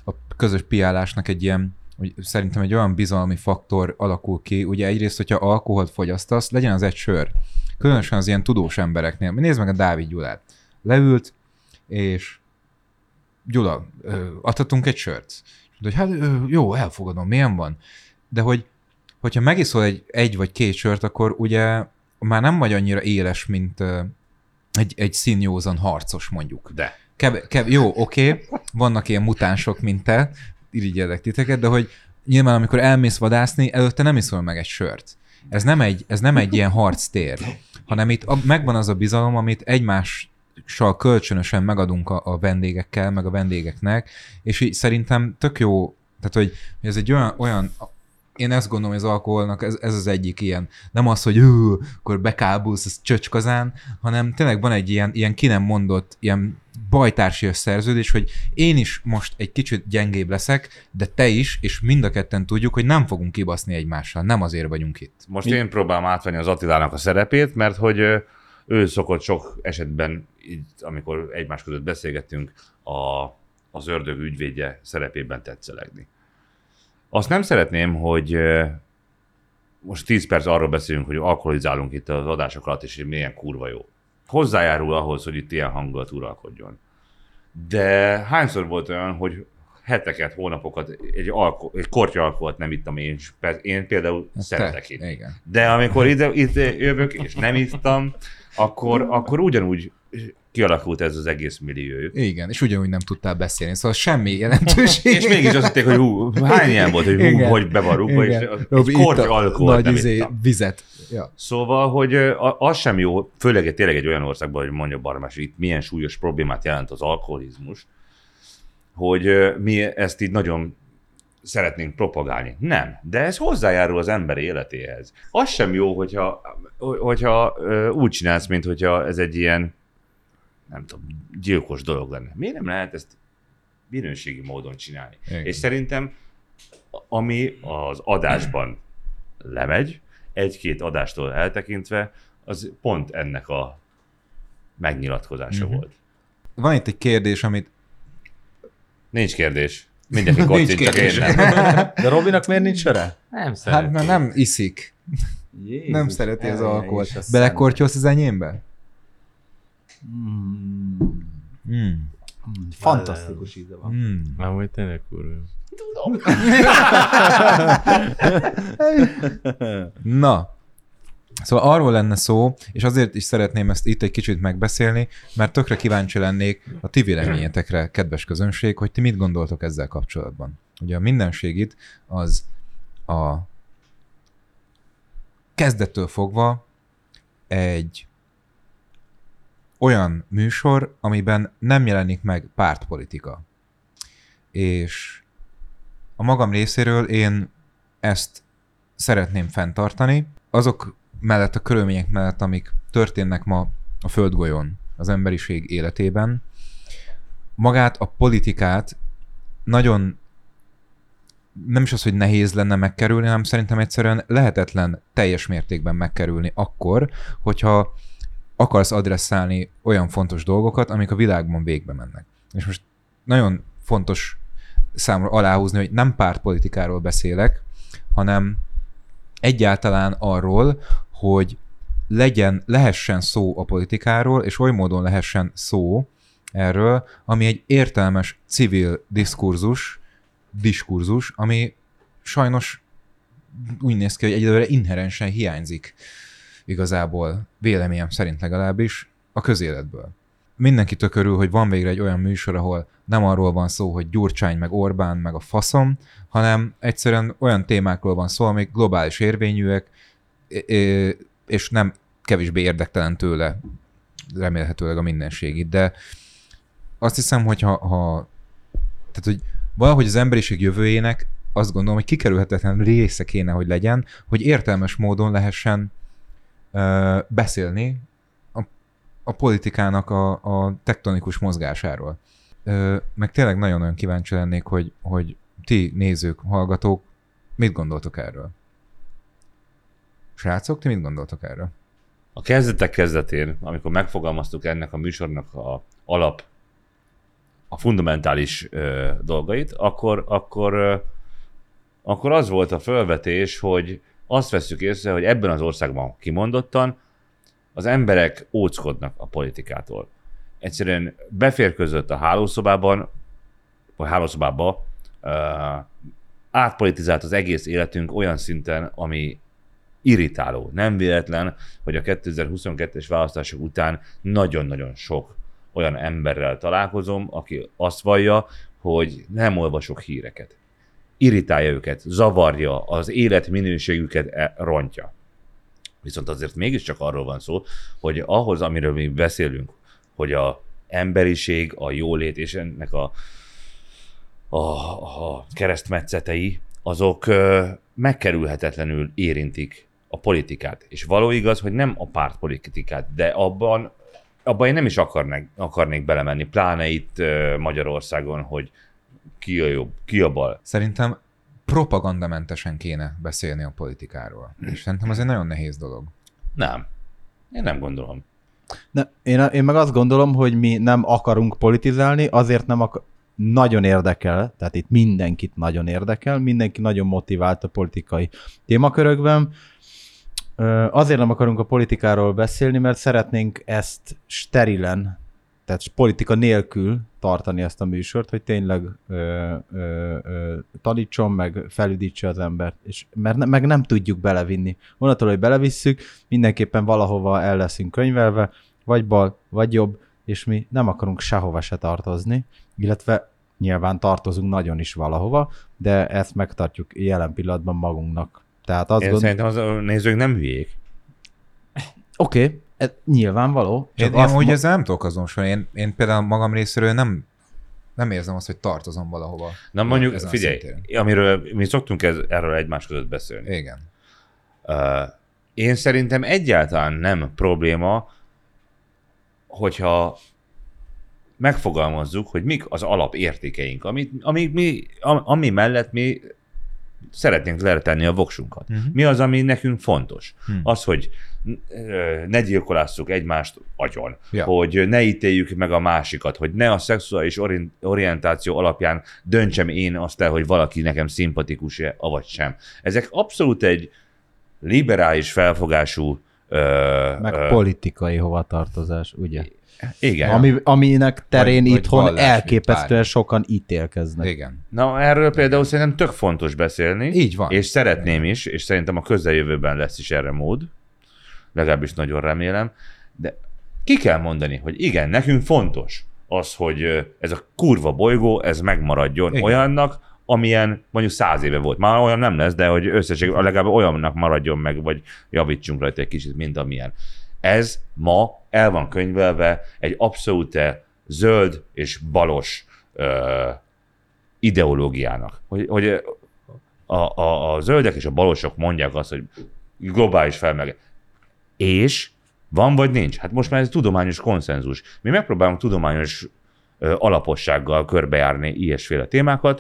a közös piálásnak egy ilyen, hogy szerintem egy olyan bizalmi faktor alakul ki, ugye egyrészt, hogyha alkoholt fogyasztasz, legyen az egy sör. Különösen az ilyen tudós embereknél. Nézd meg a Dávid Gyulát. Leült, és Gyula, adhatunk egy sört. Hogy hát jó, elfogadom, milyen van? De hogy, hogyha megiszol egy, egy vagy két sört, akkor ugye már nem vagy annyira éles, mint egy, egy színjózan harcos mondjuk. De. Keb, keb, jó, oké, okay, vannak ilyen mutánsok, mint te, irigyellek titeket, de hogy nyilván amikor elmész vadászni, előtte nem iszol meg egy sört. Ez nem egy, ez nem egy ilyen harctér, hanem itt a, megvan az a bizalom, amit egymással kölcsönösen megadunk a, a vendégekkel, meg a vendégeknek, és így szerintem tök jó, tehát hogy ez egy olyan, olyan én ezt gondolom, hogy az alkoholnak ez, ez az egyik ilyen, nem az, hogy ő, akkor bekábulsz, ez csöcskazán, hanem tényleg van egy ilyen, ilyen ki nem mondott, ilyen bajtársi szerződés, hogy én is most egy kicsit gyengébb leszek, de te is, és mind a ketten tudjuk, hogy nem fogunk kibaszni egymással, nem azért vagyunk itt. Most én próbálom átvenni az Attilának a szerepét, mert hogy ő szokott sok esetben, így, amikor egymás között beszélgettünk, a, az ördög ügyvédje szerepében tetszelegni. Azt nem szeretném, hogy most tíz perc arról beszélünk, hogy alkoholizálunk itt az adások alatt, és hogy milyen kurva jó. Hozzájárul ahhoz, hogy itt ilyen hangulat uralkodjon. De hányszor volt olyan, hogy heteket, hónapokat egy, alko- egy kortya alkoholt nem ittam én, én például Te, szeretek inni. igen. De amikor ide, ide jövök, és nem ittam, akkor, akkor ugyanúgy kialakult ez az egész millió. Igen, és ugyanúgy nem tudtál beszélni, szóval semmi jelentőség. És mégis azt hitték, hogy hú, hány ilyen volt, hogy hú, hogy be van rúgva, és egy korty alkoholt nem izé, ittam. Vizet. Ja. Szóval, hogy az sem jó, főleg tényleg egy olyan országban, hogy mondja Barmás, hogy itt milyen súlyos problémát jelent az alkoholizmus, hogy mi ezt így nagyon szeretnénk propagálni. Nem, de ez hozzájárul az ember életéhez. Az sem jó, hogyha, hogyha úgy csinálsz, mint hogyha ez egy ilyen, nem tudom, gyilkos dolog lenne. Miért nem lehet ezt minőségi módon csinálni? Igen. És szerintem, ami az adásban lemegy, egy-két adástól eltekintve, az pont ennek a megnyilatkozása uh-huh. volt. Van itt egy kérdés, amit... Nincs kérdés. Mindenki kocint, csak én nem. De Robinak miért nincs söre? Nem szereti. Hát mert nem iszik. Jézus, nem szereti az alkoholt. a Belekortyolsz az enyémbe? Mm. Mm. Fantasztikus íze van. Mm. Amúgy tényleg kurva. Na, szóval arról lenne szó, és azért is szeretném ezt itt egy kicsit megbeszélni, mert tökre kíváncsi lennék a ti véleményetekre, kedves közönség, hogy ti mit gondoltok ezzel kapcsolatban. Ugye a mindenség itt az a kezdettől fogva egy olyan műsor, amiben nem jelenik meg pártpolitika. És a magam részéről én ezt szeretném fenntartani. Azok mellett, a körülmények mellett, amik történnek ma a földgolyón, az emberiség életében, magát a politikát nagyon, nem is az, hogy nehéz lenne megkerülni, hanem szerintem egyszerűen lehetetlen teljes mértékben megkerülni akkor, hogyha akarsz adresszálni olyan fontos dolgokat, amik a világban végbe mennek. És most nagyon fontos számomra aláhúzni, hogy nem pártpolitikáról beszélek, hanem egyáltalán arról, hogy legyen, lehessen szó a politikáról, és oly módon lehessen szó erről, ami egy értelmes civil diskurzus, diskurzus, ami sajnos úgy néz ki, hogy egyelőre inherensen hiányzik igazából, véleményem szerint legalábbis, a közéletből. Mindenki tök örül, hogy van végre egy olyan műsor, ahol nem arról van szó, hogy Gyurcsány, meg Orbán, meg a faszom, hanem egyszerűen olyan témákról van szó, amik globális érvényűek, és nem kevésbé érdektelen tőle remélhetőleg a mindenség itt. De azt hiszem, hogy ha, ha tehát, hogy valahogy az emberiség jövőjének azt gondolom, hogy kikerülhetetlen része kéne, hogy legyen, hogy értelmes módon lehessen uh, beszélni a, a politikának a, a tektonikus mozgásáról. Uh, meg tényleg nagyon-nagyon kíváncsi lennék, hogy, hogy ti nézők, hallgatók, mit gondoltok erről? Srácok, ti mit gondoltok erről? A kezdetek kezdetén, amikor megfogalmaztuk ennek a műsornak a alap a fundamentális ö, dolgait, akkor, akkor, ö, akkor az volt a felvetés, hogy azt vesszük észre, hogy ebben az országban kimondottan az emberek óckodnak a politikától. Egyszerűen beférközött a hálószobában, vagy hálószobába, ö, átpolitizált az egész életünk olyan szinten, ami irritáló. Nem véletlen, hogy a kétezer-huszonkettes választások után nagyon-nagyon sok olyan emberrel találkozom, aki azt vallja, hogy nem olvasok híreket. Irritálja őket, zavarja, az életminőségüket rontja. Viszont azért mégiscsak arról van szó, hogy ahhoz, amiről mi beszélünk, hogy a emberiség, a jólét és ennek a, a, a keresztmetszetei, azok megkerülhetetlenül érintik a politikát. És való igaz, hogy nem a pártpolitikát, de abban, abban én nem is akarnék, akarnék belemenni, pláne itt Magyarországon, hogy ki a jobb, ki a bal. Szerintem propagandamentesen kéne beszélni a politikáról. És szerintem ez egy nagyon nehéz dolog. Nem. Én nem gondolom. Ne, én, én meg azt gondolom, hogy mi nem akarunk politizálni, azért nem akar... Nagyon érdekel, tehát itt mindenkit nagyon érdekel, mindenki nagyon motivált a politikai témakörökben. Azért nem akarunk a politikáról beszélni, mert szeretnénk ezt sterilen, tehát politika nélkül tartani ezt a műsort, hogy tényleg ö, ö, ö, tanítson, meg felüdítse az embert, és, mert ne, meg nem tudjuk belevinni. Onnantól, hogy belevisszük, mindenképpen valahova el leszünk könyvelve, vagy bal, vagy jobb, és mi nem akarunk sehova se tartozni, illetve nyilván tartozunk nagyon is valahova, de ezt megtartjuk jelen pillanatban magunknak. Tehát azt Én gond... szerintem az a nézők nem hülyék. Oké, okay, ez nyilvánvaló. Csak én, én úgy ezzel nem tudok azonosulni. Én, én például magam részéről nem, nem érzem azt, hogy tartozom valahova. Na mondjuk, figyelj, amiről mi szoktunk ez, erről egymás között beszélni. Igen. Uh, én szerintem egyáltalán nem probléma, hogyha megfogalmazzuk, hogy mik az alapértékeink, amit, ami, mi, ami mellett mi szeretnénk letenni a voksunkat. Uh-huh. Mi az, ami nekünk fontos? Uh-huh. Az, hogy ne gyilkolásszuk egymást agyon, ja. Hogy ne ítéljük meg a másikat, hogy ne a szexuális ori- orientáció alapján döntsem én azt el, hogy valaki nekem szimpatikus-e, avagy sem. Ezek abszolút egy liberális felfogású Ö, meg ö, politikai hovatartozás, ugye? Igen. Ami, aminek terén vagy, itthon vagy elképesztően sokan ítélkeznek. Igen. Na, erről például szerintem tök fontos beszélni. Így van. És szeretném is, és szerintem a közeljövőben lesz is erre mód. Legalábbis nagyon remélem. De ki kell mondani, hogy igen, nekünk fontos az, hogy ez a kurva bolygó, ez megmaradjon igen. olyannak, amilyen mondjuk száz éve volt. Már olyan nem lesz, de hogy összességében legalább olyannak maradjon meg, vagy javítsunk rajta egy kicsit, mint amilyen. Ez ma el van könyvelve egy abszolút zöld és balos ö, ideológiának. Hogy, hogy a, a, a zöldek és a balosok mondják azt, hogy globális felmelegedés. És van vagy nincs? Hát most már ez tudományos konszenzus. Mi megpróbálunk tudományos ö, alapossággal körbejárni ilyesféle témákat,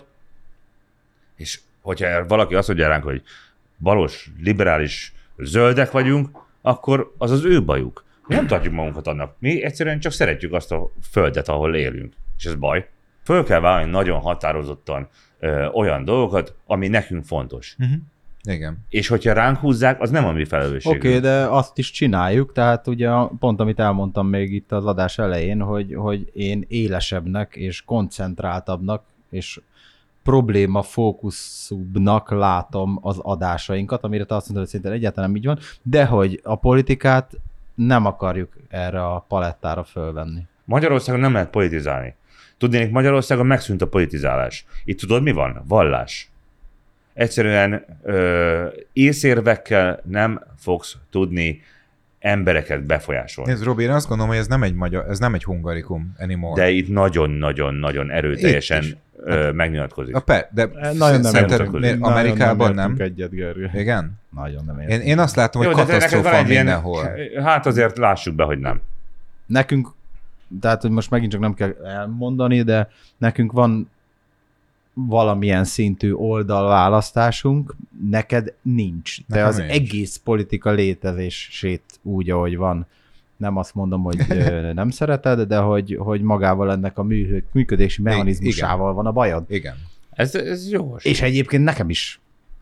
és hogyha valaki azt mondja ránk, hogy balos, liberális, zöldek vagyunk, akkor az az ő bajuk. Mi nem tartjuk magunkat annak. Mi egyszerűen csak szeretjük azt a földet, ahol élünk. És ez baj. Föl kell vállalni nagyon határozottan ö, olyan dolgokat, ami nekünk fontos. Uh-huh. Igen. És hogyha ránk húzzák, az nem a mi felelősségünk. Oké, okay, de azt is csináljuk, tehát ugye pont amit elmondtam még itt az adás elején, hogy, hogy én élesebbnek és koncentráltabbnak és probléma fókuszúbbnak látom az adásainkat, amire te azt mondod, hogy szerintem egyáltalán nem így van, de hogy a politikát nem akarjuk erre a palettára fölvenni. Magyarországon nem lehet politizálni. Tudnék, Magyarországon megszűnt a politizálás. Itt tudod, mi van? Vallás. Egyszerűen ö, észérvekkel nem fogsz tudni embereket befolyásolni. Ez, Robi, én azt gondolom, hogy ez nem egy magyar, ez nem egy hungarikum anymore. De itt nagyon-nagyon-nagyon erőteljesen ö, megnyilatkozik. A per, de nagyon nem értünk. Amerikában nem. nem. Egyet, Gergő. Igen? Nagyon nem én, én azt látom, hogy katasztrófa mindenhol. Ilyen, hát azért lássuk be, hogy nem. Nekünk, tehát hogy most megint csak nem kell elmondani, de nekünk van valamilyen szintű oldalválasztásunk, neked nincs. Te az nincs. Egész politika létezését úgy, ahogy van, nem azt mondom, hogy ö, nem szereted, de hogy, hogy magával ennek a mű, működési mechanizmusával van a bajod. Igen. Ez, ez jó. És egyébként nekem is.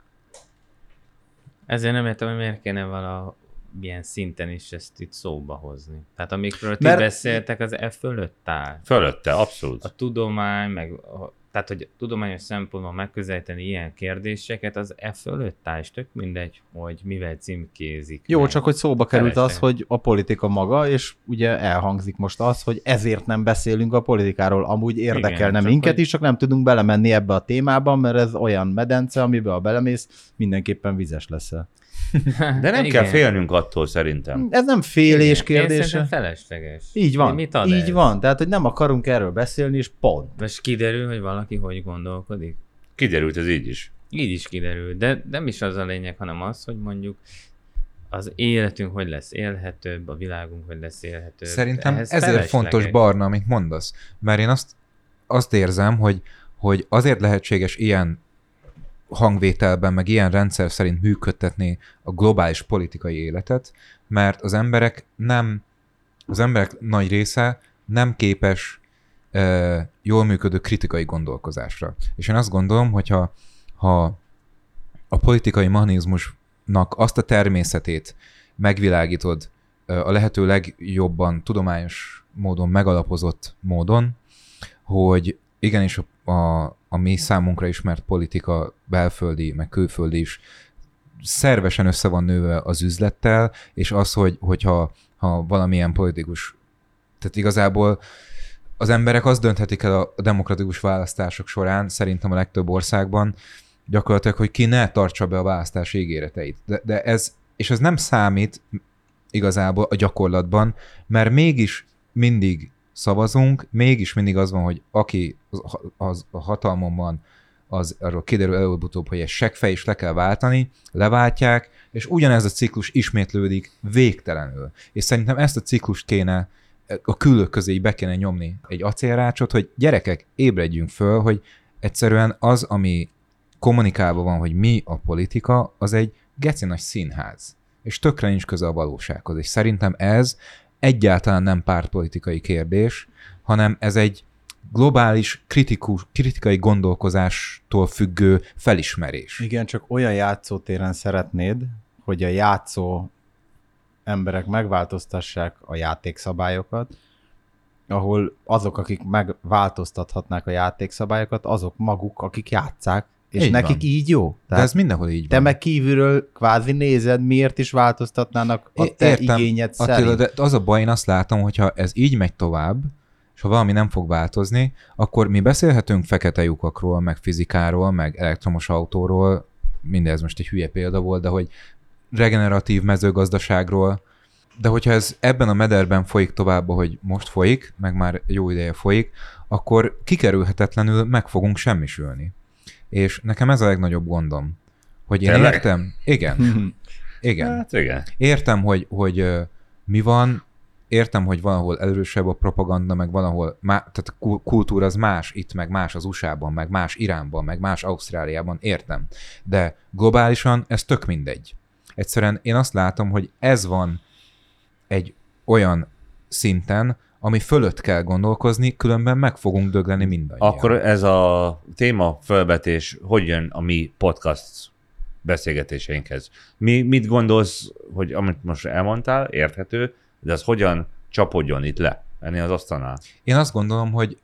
Ezért nem értem, hogy miért kéne valamilyen szinten is ezt itt szóba hozni. Tehát amikről ti Mert- beszéltek, az e fölött áll. Fölötte, abszolút. A tudomány, meg a, tehát, hogy tudományos szempontból megközelíteni ilyen kérdéseket, az e fölött áll, és tök mindegy, hogy mivel címkézik. Jó, meg. csak hogy szóba került az, Felesleg. hogy a politika maga, és ugye elhangzik most az, hogy ezért nem beszélünk a politikáról. Amúgy érdekelne Igen, csak minket hogy- is, csak nem tudunk belemenni ebbe a témába, mert ez olyan medence, amiben ha belemész, mindenképpen vizes leszel. De nem Igen. kell félnünk attól szerintem. Ez nem félés Igen, én kérdése. szerintem felesleges. Így van, Mit ad így ez? van. Tehát, hogy nem akarunk erről beszélni, és pont. Most kiderül, hogy valaki hogy gondolkodik. Kiderült ez így is. Így is kiderül, de nem is az a lényeg, hanem az, hogy mondjuk az életünk hogy lesz élhetőbb, a világunk hogy lesz élhetőbb. Szerintem Ehhez ezért felesleges. fontos, Barna, amit mondasz. Mert én azt, azt érzem, hogy, hogy azért lehetséges ilyen hangvételben, meg ilyen rendszer szerint működtetni a globális politikai életet, mert az emberek nem, az emberek nagy része nem képes uh, jól működő kritikai gondolkozásra. És én azt gondolom, hogyha ha a politikai mechanizmusnak azt a természetét megvilágítod uh, a lehető legjobban tudományos módon, megalapozott módon, hogy igenis a, a, a mi számunkra ismert politika, belföldi, meg külföldi is szervesen össze van nőve az üzlettel, és az, hogy, hogyha ha valamilyen politikus, tehát igazából az emberek azt dönthetik el a demokratikus választások során, szerintem a legtöbb országban, gyakorlatilag, hogy ki ne tartsa be a választási ígéreteit. De, de ez, és ez nem számít igazából a gyakorlatban, mert mégis mindig szavazunk, mégis mindig az van, hogy aki az, az a hatalmon van, az arról kiderül előbb-utóbb, hogy egy seggfej is le kell váltani, leváltják, és ugyanez a ciklus ismétlődik végtelenül. És szerintem ezt a ciklust kéne a küllők közé így be kéne nyomni egy acélrácsot, hogy gyerekek, ébredjünk föl, hogy egyszerűen az, ami kommunikálva van, hogy mi a politika, az egy geci nagy színház. És tökre nincs köze a valósághoz. És szerintem ez egyáltalán nem pártpolitikai kérdés, hanem ez egy globális kritikus, kritikai gondolkozástól függő felismerés. Igen, csak olyan játszótéren szeretnéd, hogy a játszó emberek megváltoztassák a játékszabályokat, ahol azok, akik megváltoztathatnák a játékszabályokat, azok maguk, akik játsszák, és Így nekik van. így jó. De ez mindenhol így te van. meg kívülről kvázi nézed, miért is változtatnának a te Értem, igényed Attila, szerint. de az a baj, én azt látom, hogyha ez így megy tovább, és ha valami nem fog változni, akkor mi beszélhetünk fekete lyukakról, meg fizikáról, meg elektromos autóról, mindez most egy hülye példa volt, de hogy regeneratív mezőgazdaságról, de hogyha ez ebben a mederben folyik tovább, hogy most folyik, meg már jó ideje folyik, akkor kikerülhetetlenül meg fogunk semmisülni. És nekem ez a legnagyobb gondom, hogy én Tényleg? értem, igen, igen, Hát igen. értem, hogy, hogy uh, mi van, értem, hogy valahol erősebb a propaganda, meg valahol, má, tehát a kultúra az más itt, meg más az u es á-ban, meg más Iránban, meg más Ausztráliában, értem. De globálisan ez tök mindegy. Egyszerűen én azt látom, hogy ez van egy olyan szinten, ami fölött kell gondolkozni, különben meg fogunk dögleni mindannyian. Akkor ez a téma felvetés hogy jön a mi podcast beszélgetéseinkhez? Mi, mit gondolsz, hogy amit most elmondtál, érthető, de az hogyan csapodjon itt le ennél az asztalnál? Én azt gondolom, hogy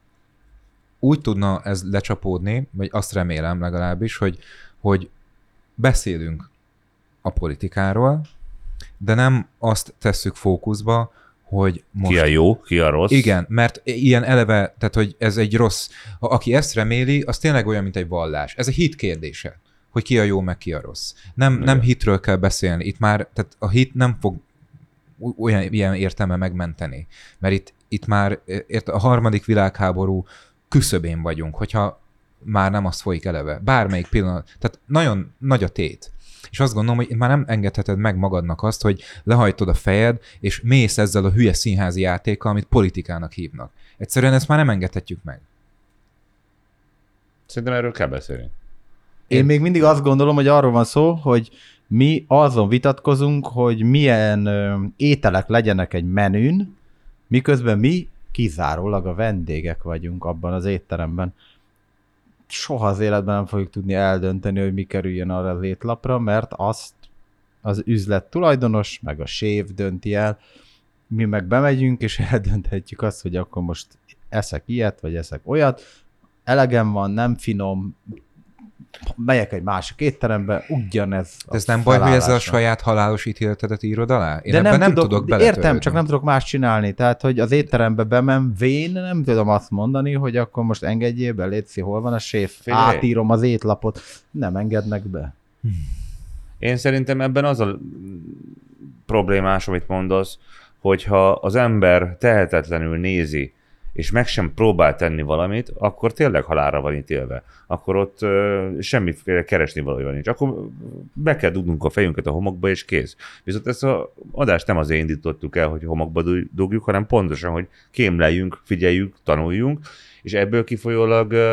úgy tudna ez lecsapódni, vagy azt remélem legalábbis, hogy, hogy beszélünk a politikáról, de nem azt tesszük fókuszba, hogy most... Ki a jó, ki a rossz? Igen, mert ilyen eleve, tehát hogy ez egy rossz, ha aki ezt reméli, az tényleg olyan, mint egy vallás. Ez egy hit kérdése, hogy ki a jó, meg ki a rossz. Nem, nem hitről kell beszélni, itt már, tehát a hit nem fog olyan ilyen értelme megmenteni, mert itt, itt már ért, a harmadik világháború küszöbén vagyunk, hogyha már nem az folyik eleve. Bármelyik pillanat, tehát nagyon nagy a tét. És azt gondolom, hogy már nem engedheted meg magadnak azt, hogy lehajtod a fejed, és mész ezzel a hülye színházi játékkal, amit politikának hívnak. Egyszerűen ezt már nem engedhetjük meg. Szerintem erről kell beszélni. Én még mindig azt gondolom, hogy arról van szó, hogy Mi azon vitatkozunk, hogy milyen ö, ételek legyenek egy menün, miközben mi kizárólag a vendégek vagyunk abban az étteremben. Soha az életben nem fogjuk tudni eldönteni, hogy mi kerüljön arra az étlapra, mert azt az üzlet tulajdonos, meg a séf dönti el. Mi meg bemegyünk, és eldönthetjük azt, hogy akkor most eszek ilyet, vagy eszek olyat. Elegem van, nem finom, megyek egy másik étterembe, ugyanez. De ez nem baj, hogy ezzel a saját halálos ítéletedet írod alá? Én de nem, nem tudok, tudok beletörődni. Értem, csak nem tudok más csinálni. Tehát, hogy az étterembe bemenvén nem tudom azt mondani, hogy akkor most engedjél be, létszi, hol van a séf, Figyelj. átírom az étlapot. Nem engednek be. Én szerintem ebben az a problémás, amit mondasz, hogyha az ember tehetetlenül nézi, és meg sem próbál tenni valamit, akkor tényleg halálra van ítélve. Akkor ott ö, semmiféle keresni valója nincs. Akkor be kell dugnunk a fejünket a homokba, és kész. Viszont ezt az adást nem azért indítottuk el, hogy homokba dugjuk, hanem pontosan, hogy kémleljünk, figyeljünk, tanuljunk, és ebből kifolyólag ö,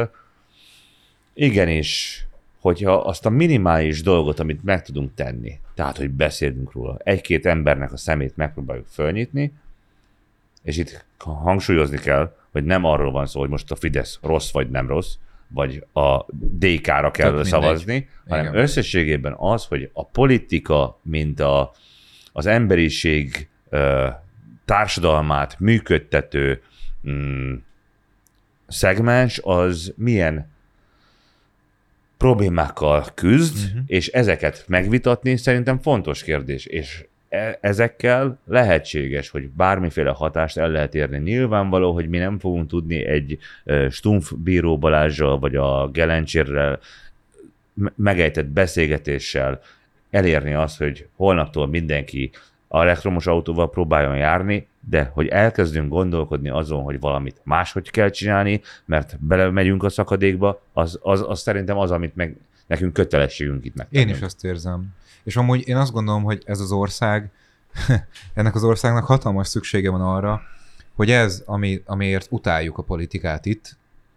igenis, hogyha azt a minimális dolgot, amit meg tudunk tenni, tehát, hogy beszélünk róla, egy-két embernek a szemét megpróbáljuk fölnyitni, és itt hangsúlyozni kell, hogy nem arról van szó, hogy most a Fidesz rossz vagy nem rossz, vagy a dé ká-ra kell Tök szavazni, mindegy. hanem Igen. összességében az, hogy a politika, mint a, az emberiség ö, társadalmát működtető mm, szegmens, az milyen problémákkal küzd, uh-huh. és ezeket megvitatni szerintem fontos kérdés, és ezekkel lehetséges, hogy bármiféle hatást el lehet érni. Nyilvánvaló, hogy mi nem fogunk tudni egy Stumpf Bíró Balázsral, vagy a Gelencsérrel megejtett beszélgetéssel elérni azt, hogy holnaptól mindenki a elektromos autóval próbáljon járni, de hogy elkezdünk gondolkodni azon, hogy valamit máshogy kell csinálni, mert belemegyünk a szakadékba, az, az, az szerintem az, amit meg nekünk kötelességünk itt megtenni. Én is azt érzem. És amúgy én azt gondolom, hogy ez az ország, ennek az országnak hatalmas szüksége van arra, hogy ez, ami, amiért utáljuk a politikát itt,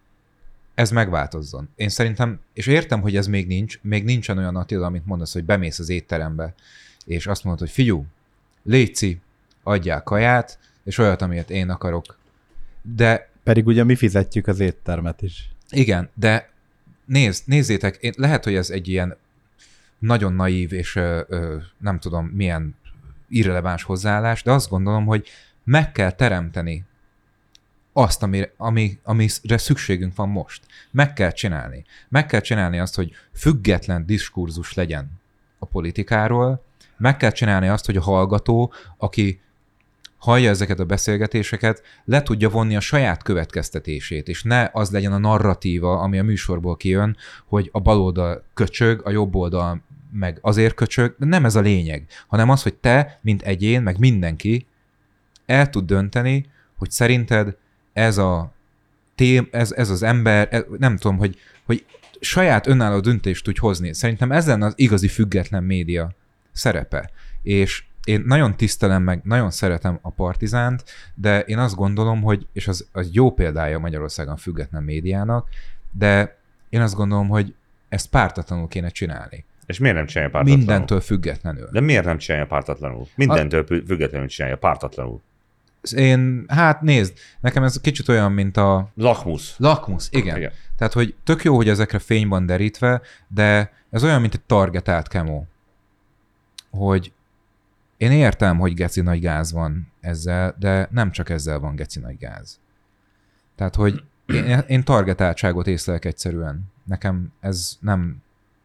ez megváltozzon. Én szerintem, és értem, hogy ez még nincs, még nincsen olyan Attila, amit mondasz, hogy bemész az étterembe, és azt mondod, hogy figyú, léci, adjál kaját, és olyat, amilyet én akarok. De... Pedig ugye mi fizetjük az éttermet is. Igen, de nézd, nézzétek, én, lehet, hogy ez egy ilyen nagyon naív, és ö, ö, nem tudom milyen irreleváns hozzáállás, de azt gondolom, hogy meg kell teremteni azt, amire, ami, amire szükségünk van most. Meg kell csinálni. Meg kell csinálni azt, hogy független diskurzus legyen a politikáról, meg kell csinálni azt, hogy a hallgató, aki hallja ezeket a beszélgetéseket, le tudja vonni a saját következtetését, és ne az legyen a narratíva, ami a műsorból kijön, hogy a bal oldal köcsög, a jobb oldal meg azért köcsög, de nem ez a lényeg, hanem az, hogy te, mint egyén, meg mindenki el tud dönteni, hogy szerinted ez a tém, ez, ez az ember, ez, nem tudom, hogy, hogy saját önálló döntést tudj hozni. Szerintem ez lenne az igazi független média szerepe. És én nagyon tisztelem meg, nagyon szeretem a Partizánt, de én azt gondolom, hogy, és az, az jó példája Magyarországon független médiának, de én azt gondolom, hogy ezt pártatlanul kéne csinálni. És miért nem csinálja pártatlanul? Mindentől függetlenül. De miért nem csinálja pártatlanul? Mindentől a... függetlenül csinálja pártatlanul. Én, hát nézd, nekem ez kicsit olyan, mint a... Lakmusz. Lakmusz, igen. igen. Tehát, hogy tök jó, hogy ezekre fény van derítve, de ez olyan, mint egy targetált kemó. Hogy én értem, hogy geci nagy gáz van ezzel, de nem csak ezzel van geci nagy gáz. Tehát, hogy én, én targetáltságot észlelek egyszerűen. Nekem ez nem...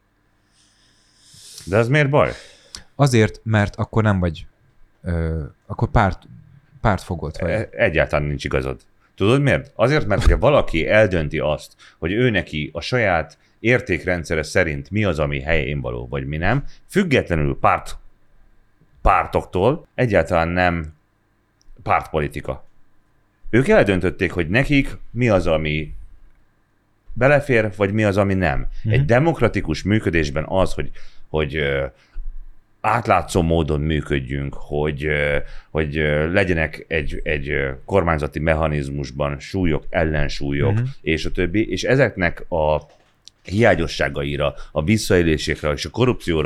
De ez miért baj? Azért, mert akkor nem vagy... Ö, akkor párt, pártfogott vagy. Egyáltalán nincs igazad. Tudod miért? Azért, mert hogyha valaki eldönti azt, hogy ő neki a saját értékrendszere szerint mi az, ami helyén való, vagy mi nem, függetlenül párt pártoktól egyáltalán nem pártpolitika. Ők eldöntötték, hogy nekik mi az, ami belefér, vagy mi az, ami nem. Mm-hmm. Egy demokratikus működésben az, hogy, hogy uh, átlátszó módon működjünk, hogy, uh, hogy uh, legyenek egy, egy uh, kormányzati mechanizmusban súlyok, ellensúlyok, mm-hmm. és a többi, és ezeknek a hiányosságaira, a visszaélésekre és a korrupcióra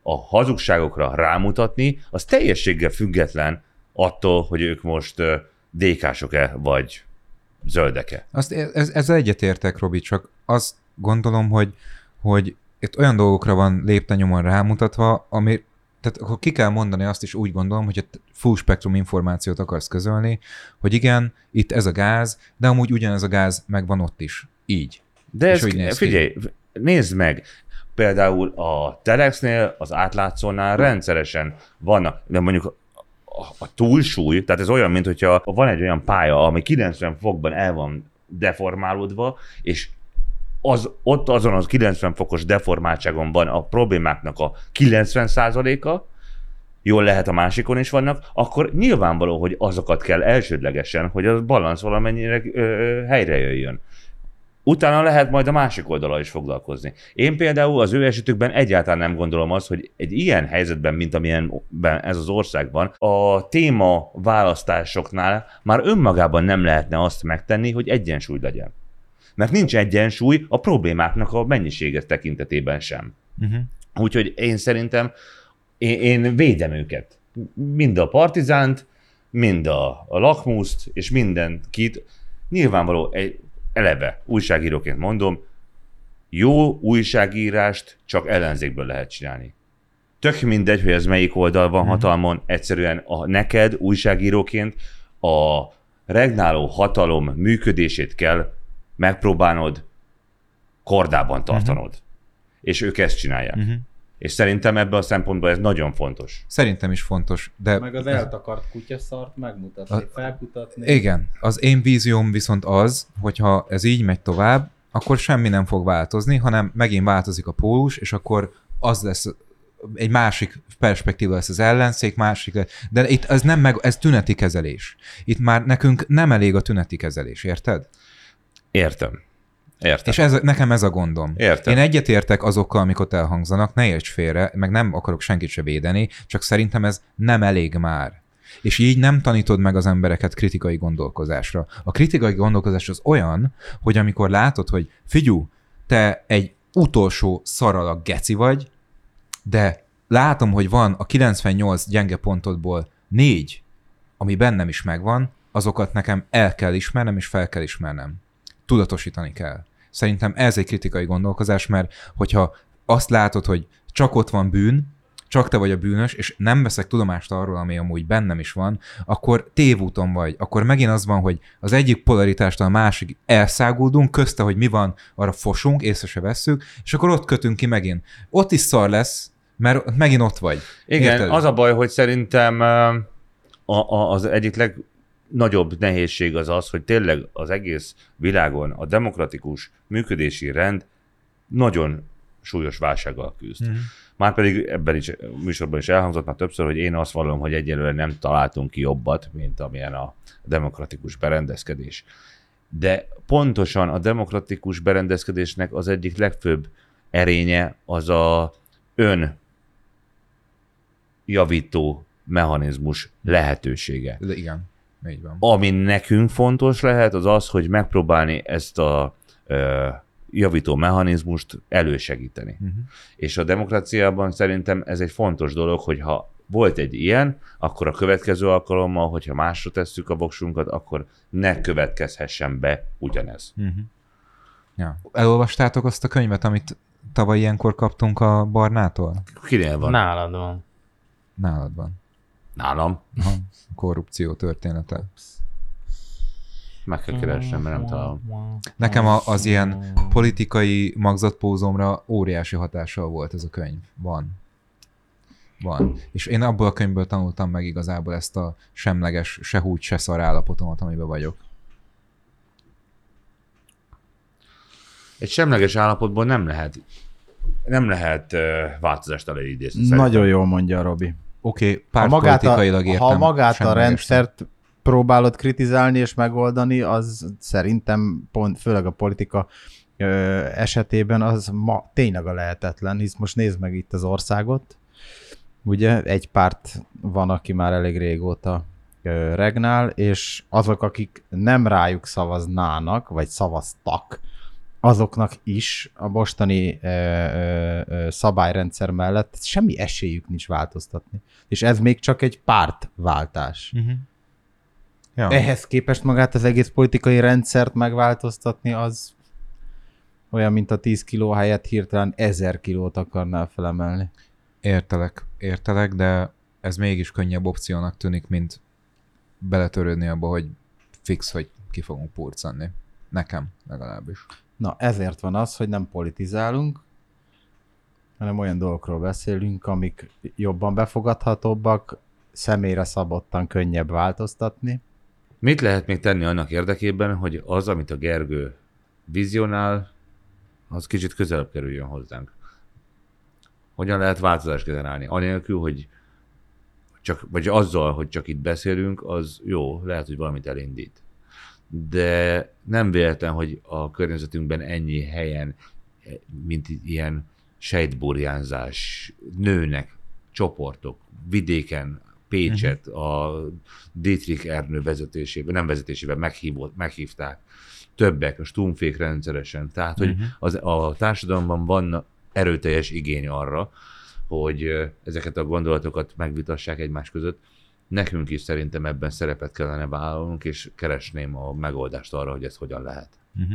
a hazugságokra rámutatni, az teljességgel független attól, hogy ők most dé ká-sok-e, vagy zöldek-e. Azt, ez, ezzel egyetértek, Robi, csak azt gondolom, hogy, hogy itt olyan dolgokra van lépten-nyomon rámutatva, ami, tehát akkor ki kell mondani azt is, úgy gondolom, hogy a full spektrum információt akarsz közölni, hogy igen, itt ez a gáz, de amúgy ugyanez a gáz megvan ott is. Így. De És ez, néz figyelj, nézd meg, például a Telexnél, az átlátszónál rendszeresen vannak, de mondjuk a, a túlsúly, tehát ez olyan, mint hogyha van egy olyan pálya, ami kilencven fokban el van deformálódva, és az, ott azon az kilencven fokos deformáltságon van a problémáknak a kilencven százaléka, jól lehet a másikon is vannak, akkor nyilvánvaló, hogy azokat kell elsődlegesen, hogy a balansz valamennyire ö, ö, helyre jöjjön. Utána lehet majd a másik oldalal is foglalkozni. Én például az ő esetükben egyáltalán nem gondolom azt, hogy egy ilyen helyzetben, mint amilyenben ez az országban, a téma választásoknál már önmagában nem lehetne azt megtenni, hogy egyensúly legyen. Mert nincs egyensúly a problémáknak a mennyisége tekintetében sem. Uh-huh. Úgyhogy én szerintem én, én védem őket. Mind a Partizánt, mind a, a Lakmuszt, és mindenkit. Nyilvánvaló, egy, eleve újságíróként mondom, jó újságírást csak ellenzékből lehet csinálni. Tök mindegy, hogy ez melyik oldal van uh-huh. hatalmon, egyszerűen a, neked újságíróként a regnáló hatalom működését kell megpróbálnod kordában tartanod. Uh-huh. És ők ezt csinálják. Uh-huh. És szerintem ebben a szempontból ez nagyon fontos. Szerintem is fontos. De meg az eltakart kutyaszart megmutatni, a... felkutatni. Igen. Az én vízióm viszont az, hogyha ez így megy tovább, akkor semmi nem fog változni, hanem megint változik a pólus, és akkor az lesz egy másik perspektíva lesz az ellenzék, másik lesz. De itt ez nem meg, ez tüneti kezelés. Itt már nekünk nem elég a tüneti kezelés, érted? Értem. Értem. És ez, nekem ez a gondom. Értem. Én egyetértek azokkal, amik ott elhangzanak, ne érts félre, meg nem akarok senkit se védeni, csak szerintem ez nem elég már. És így nem tanítod meg az embereket kritikai gondolkozásra. A kritikai gondolkozás az olyan, hogy amikor látod, hogy figyú, te egy utolsó szaralag geci vagy, de látom, hogy van a kilencvennyolc gyenge pontodból négy, ami bennem is megvan, azokat nekem el kell ismernem, és fel kell ismernem. Tudatosítani kell. Szerintem ez egy kritikai gondolkozás, mert hogyha azt látod, hogy csak ott van bűn, csak te vagy a bűnös, és nem veszek tudomást arról, ami amúgy bennem is van, akkor tévúton vagy. Akkor megint az van, hogy az egyik polaritástól a másik elszáguldunk, közte, hogy mi van, arra fosunk, észre se vesszük, és akkor ott kötünk ki megint. Ott is szar lesz, mert megint ott vagy. Igen, érted? Az a baj, hogy szerintem a, a, az egyik legnagyobb nehézség az az, hogy tényleg az egész világon a demokratikus működési rend nagyon súlyos válsággal küzd. Mm-hmm. Márpedig ebben is, műsorban is elhangzott már többször, hogy én azt vallom, hogy egyelőre nem találtunk ki jobbat, mint amilyen a demokratikus berendezkedés. De pontosan a demokratikus berendezkedésnek az egyik legfőbb erénye az a ön javító mechanizmus lehetősége. De igen, így van. Ami nekünk fontos lehet, az az, hogy megpróbálni ezt a ö, javító mechanizmust elősegíteni. Uh-huh. És a demokráciában szerintem ez egy fontos dolog, hogy ha volt egy ilyen, akkor a következő alkalommal, hogyha másra tesszük a voksunkat, akkor ne következhessen be ugyanez. Uh-huh. Ja. Elolvastátok azt a könyvet, amit tavaly ilyenkor kaptunk a Barnától? Kinél van? Nálad van. Nálad van. Nálam? Aha, korrupció története. Meg kell keresnem, mert nem találom. Nekem az ilyen politikai magzatpózomra óriási hatással volt ez a könyv. Van. Van. És én abból a könyvből tanultam meg igazából ezt a semleges, se húgy, se szar állapotomat, amiben vagyok. Egy semleges állapotból nem lehet nem lehet uh, változást előidézni. Nagyon jól mondja Robi. Oké, okay, pártpolitikailag értem. Ha magát a rendszert próbálod kritizálni és megoldani, az szerintem pont, főleg a politika ö, esetében az ma tényleg a lehetetlen, hisz most nézd meg itt az országot. Ugye egy párt van, aki már elég régóta ö, regnál, és azok, akik nem rájuk szavaznának, vagy szavaztak, azoknak is a mostani ö, ö, ö, szabályrendszer mellett semmi esélyük nincs változtatni. És ez még csak egy pártváltás. Uh-huh. Ja. Ehhez képest magát az egész politikai rendszert megváltoztatni, az olyan, mint a tíz kiló helyett hirtelen ezer kilót akarnál felemelni. Értelek, értelek, de ez mégis könnyebb opciónak tűnik, mint beletörődni abba, hogy fix, hogy ki fogunk purcanni. Nekem legalábbis. Na, ezért van az, hogy nem politizálunk, hanem olyan dolgokról beszélünk, amik jobban befogadhatóbbak, személyre szabottan könnyebb változtatni. Mit lehet még tenni annak érdekében, hogy az, amit a Gergő vizionál, az kicsit közelebb kerüljön hozzánk? Hogyan lehet változást generálni? Anélkül, hogy csak, vagy azzal, hogy csak itt beszélünk, az jó, lehet, hogy valamit elindít. De nem véletlen, hogy a környezetünkben ennyi helyen, mint ilyen sejtburjánzás, nőnek csoportok, vidéken, Pécset, uh-huh. a Dietrich Ernő vezetésében, nem vezetésében meghívott, meghívták többek, a Stummfék rendszeresen. Tehát, uh-huh. hogy az, a társadalomban van erőteljes igény arra, hogy ezeket a gondolatokat megvitassák egymás között. Nekünk is szerintem ebben szerepet kellene vállalnunk, és keresném a megoldást arra, hogy ez hogyan lehet. Uh-huh.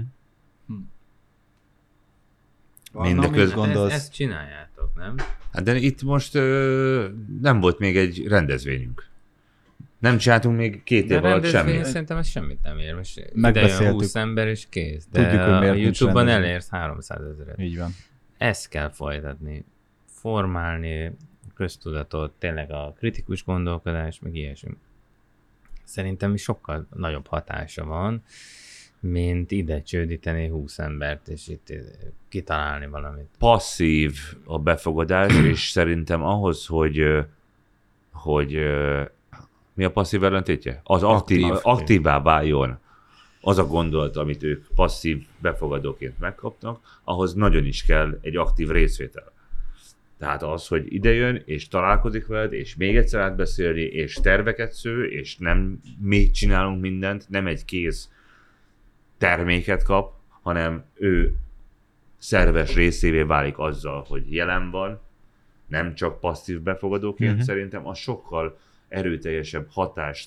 Mindeköz... Ezt, ezt csináljátok, nem? Hát de itt most ö, nem volt még egy rendezvényünk. Nem csináltunk még két év alatt semmit. Szerintem ez semmit nem ér. Most Megbeszéltük. húsz ember és kész. De Tudjuk, hogy miért a nincs YouTube-ban rendezvény. elérsz háromszázezret. Így van. Ezt kell folytatni. Formálni köztudatot, tényleg a kritikus gondolkodás, meg ilyesmi. Szerintem sokkal nagyobb hatása van, mint ide csődíteni húsz embert, és itt kitalálni valamit. Passzív a befogadás, és szerintem ahhoz, hogy, hogy mi a passzív ellentétje? Az aktív, Aktív. aktívá váljon az a gondolat, amit ők passzív befogadóként megkapnak, ahhoz nagyon is kell egy aktív részvétel. Tehát az, hogy idejön, és találkozik veled, és még egyszer átbeszélni, és terveket sző, és nem mi csinálunk mindent, nem egy kész terméket kap, hanem ő szerves részévé válik azzal, hogy jelen van, nem csak passzív befogadóként, uh-huh. szerintem az sokkal erőteljesebb hatást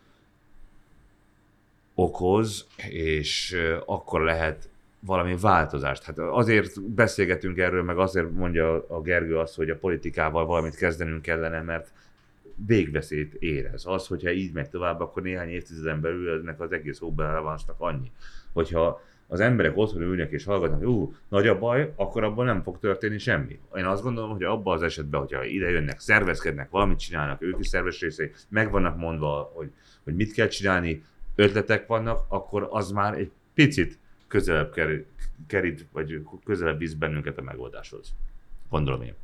okoz, és akkor lehet valami változást. Hát azért beszélgetünk erről, meg azért mondja a Gergő azt, hogy a politikával valamit kezdenünk kellene, mert végveszélyt érez. Az, hogyha így megy tovább, akkor néhány évtizeden belül ennek az egész hóbelevánsznak annyi. Hogyha az emberek otthon ülnek és hallgatnak, hogy ú, nagy a baj, akkor abban nem fog történni semmi. Én azt gondolom, hogy abban az esetben, hogyha ide jönnek, szervezkednek, valamit csinálnak, ők is szerves részei, meg vannak mondva, hogy, hogy mit kell csinálni, ötletek vannak, akkor az már egy picit közelebb kerít, kerít vagy közelebb visz bennünket a megoldáshoz. Gondolom én.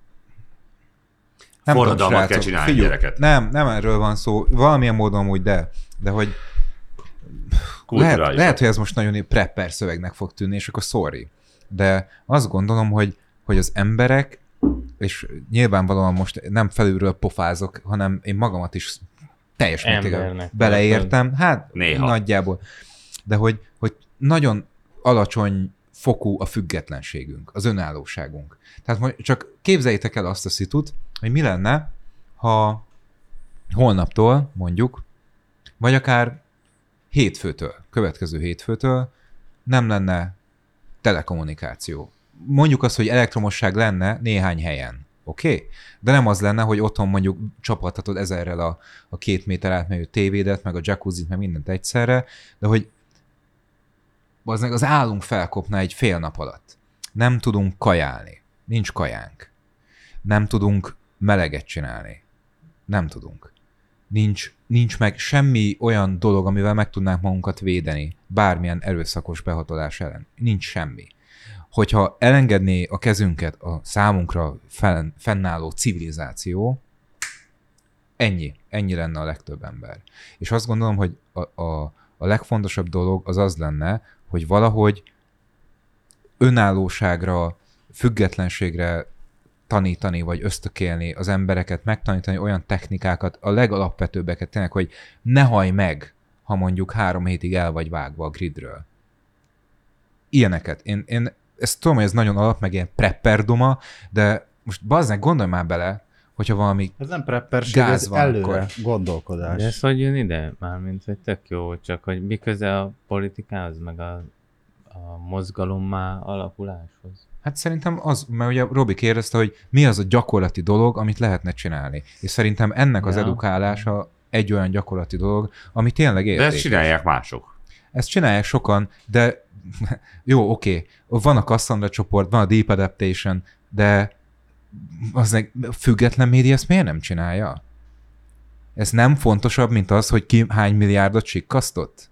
Nem Forradalmat tudom, kell srácok, csinálni, figyelj, gyereket. Nem, nem erről van szó. Valamilyen módon úgy, de, de hogy lehet, lehet, hogy ez most nagyon prepper szövegnek fog tűnni, és akkor sorry. De azt gondolom, hogy, hogy az emberek, és nyilvánvalóan most nem felülről pofázok, hanem én magamat is teljes mértékben beleértem. Hát néha. Nagyjából. De hogy, hogy nagyon alacsony fokú a függetlenségünk, az önállóságunk. Tehát csak képzeljétek el azt a szitut, hogy mi lenne, ha holnaptól mondjuk, vagy akár hétfőtől, következő hétfőtől nem lenne telekommunikáció. Mondjuk azt, hogy elektromosság lenne néhány helyen. Oké? Okay? De nem az lenne, hogy otthon mondjuk csapathatod ezerrel a, a két méter átmegyő tévédet, meg a jacuzzit, meg mindent egyszerre, de hogy az meg az állunk felkopna egy fél nap alatt. Nem tudunk kajálni. Nincs kajánk. Nem tudunk meleget csinálni. Nem tudunk. Nincs, nincs meg semmi olyan dolog, amivel meg tudnánk magunkat védeni bármilyen erőszakos behatolás ellen. Nincs semmi. Hogyha elengedné a kezünket a számunkra fenn, fennálló civilizáció, ennyi. Ennyi lenne a legtöbb ember. És azt gondolom, hogy a, a, a legfontosabb dolog az az lenne, hogy valahogy önállóságra, függetlenségre tanítani, vagy ösztökélni az embereket, megtanítani olyan technikákat, a legalapvetőbbeket tényleg, hogy ne hajj meg, ha mondjuk három hétig el vagy vágva a gridről. ilyeneket. Én, én ezt tudom, hogy ez nagyon alap, meg ilyen prepperduma, de most bazdmeg, gondolj már bele, hogyha valami Ez nem prepperség, gáz ez van, előre akkor- gondolkodás. De ez hogy jön ide? Mármint, hogy tök jó, csak hogy mi köze a politikához, meg a, a mozgalommá alakuláshoz. Hát szerintem az, mert ugye Robi kérdezte, hogy mi az a gyakorlati dolog, amit lehetne csinálni. És szerintem ennek az Ja. edukálása egy olyan gyakorlati dolog, ami tényleg De értékes. ezt csinálják mások. Ezt csinálják sokan, de jó, oké, van a Cassandra csoport, van a Deep Adaptation, de az meg független média ezt miért nem csinálja? Ez nem fontosabb, mint az, hogy ki hány milliárdot sikkasztott?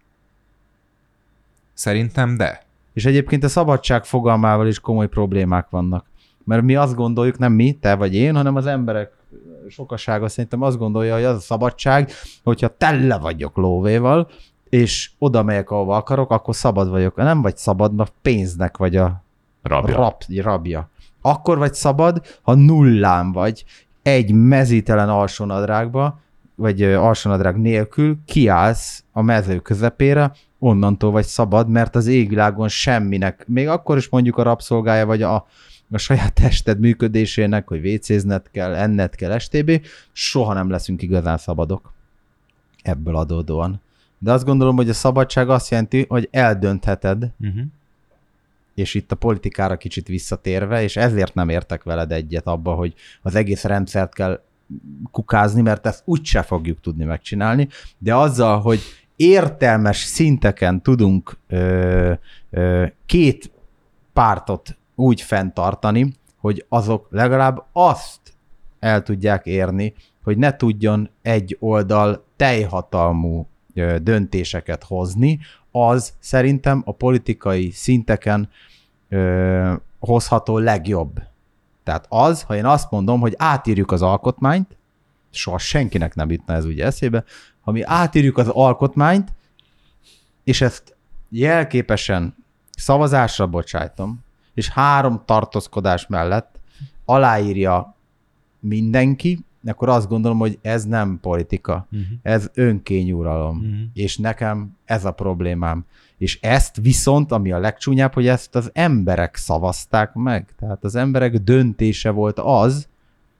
Szerintem de. És egyébként a szabadság fogalmával is komoly problémák vannak. Mert mi azt gondoljuk, nem mi, te vagy én, hanem az emberek sokasága szerintem azt gondolja, hogy az a szabadság, hogyha tele vagyok lóvéval, és oda megyek, ahova akarok, akkor szabad vagyok. Nem vagy szabad, mert pénznek vagy a Rabja. Rab, rabja. Akkor vagy szabad, ha nullán vagy, egy mezítelen alsónadrágba, vagy ö, alsónadrág nélkül kiállsz a mező közepére, onnantól vagy szabad, mert az égvilágon semminek, még akkor is mondjuk a rabszolgája, vagy a, a saját tested működésének, hogy vécézned kell, enned kell, stb. Soha nem leszünk igazán szabadok. Ebből adódóan. De azt gondolom, hogy a szabadság azt jelenti, hogy eldöntheted, Uh-huh. és itt a politikára kicsit visszatérve, és ezért nem értek veled egyet abba, hogy az egész rendszert kell kukázni, mert ezt úgyse fogjuk tudni megcsinálni, de azzal, hogy értelmes szinteken tudunk ö, ö, két pártot úgy fenntartani, hogy azok legalább azt el tudják érni, hogy ne tudjon egy oldal teljhatalmú ö, döntéseket hozni, az szerintem a politikai szinteken ö, hozható legjobb. Tehát az, ha én azt mondom, hogy átírjuk az alkotmányt, soha senkinek nem jutna ez ugye eszébe, ha mi átírjuk az alkotmányt, és ezt jelképesen szavazásra bocsájtom, és három tartózkodás mellett aláírja mindenki, akkor azt gondolom, hogy ez nem politika, Uh-huh. ez önkényuralom. Uh-huh. És nekem ez a problémám. És ezt viszont, ami a legcsúnyább, hogy ezt az emberek szavazták meg. Tehát az emberek döntése volt az,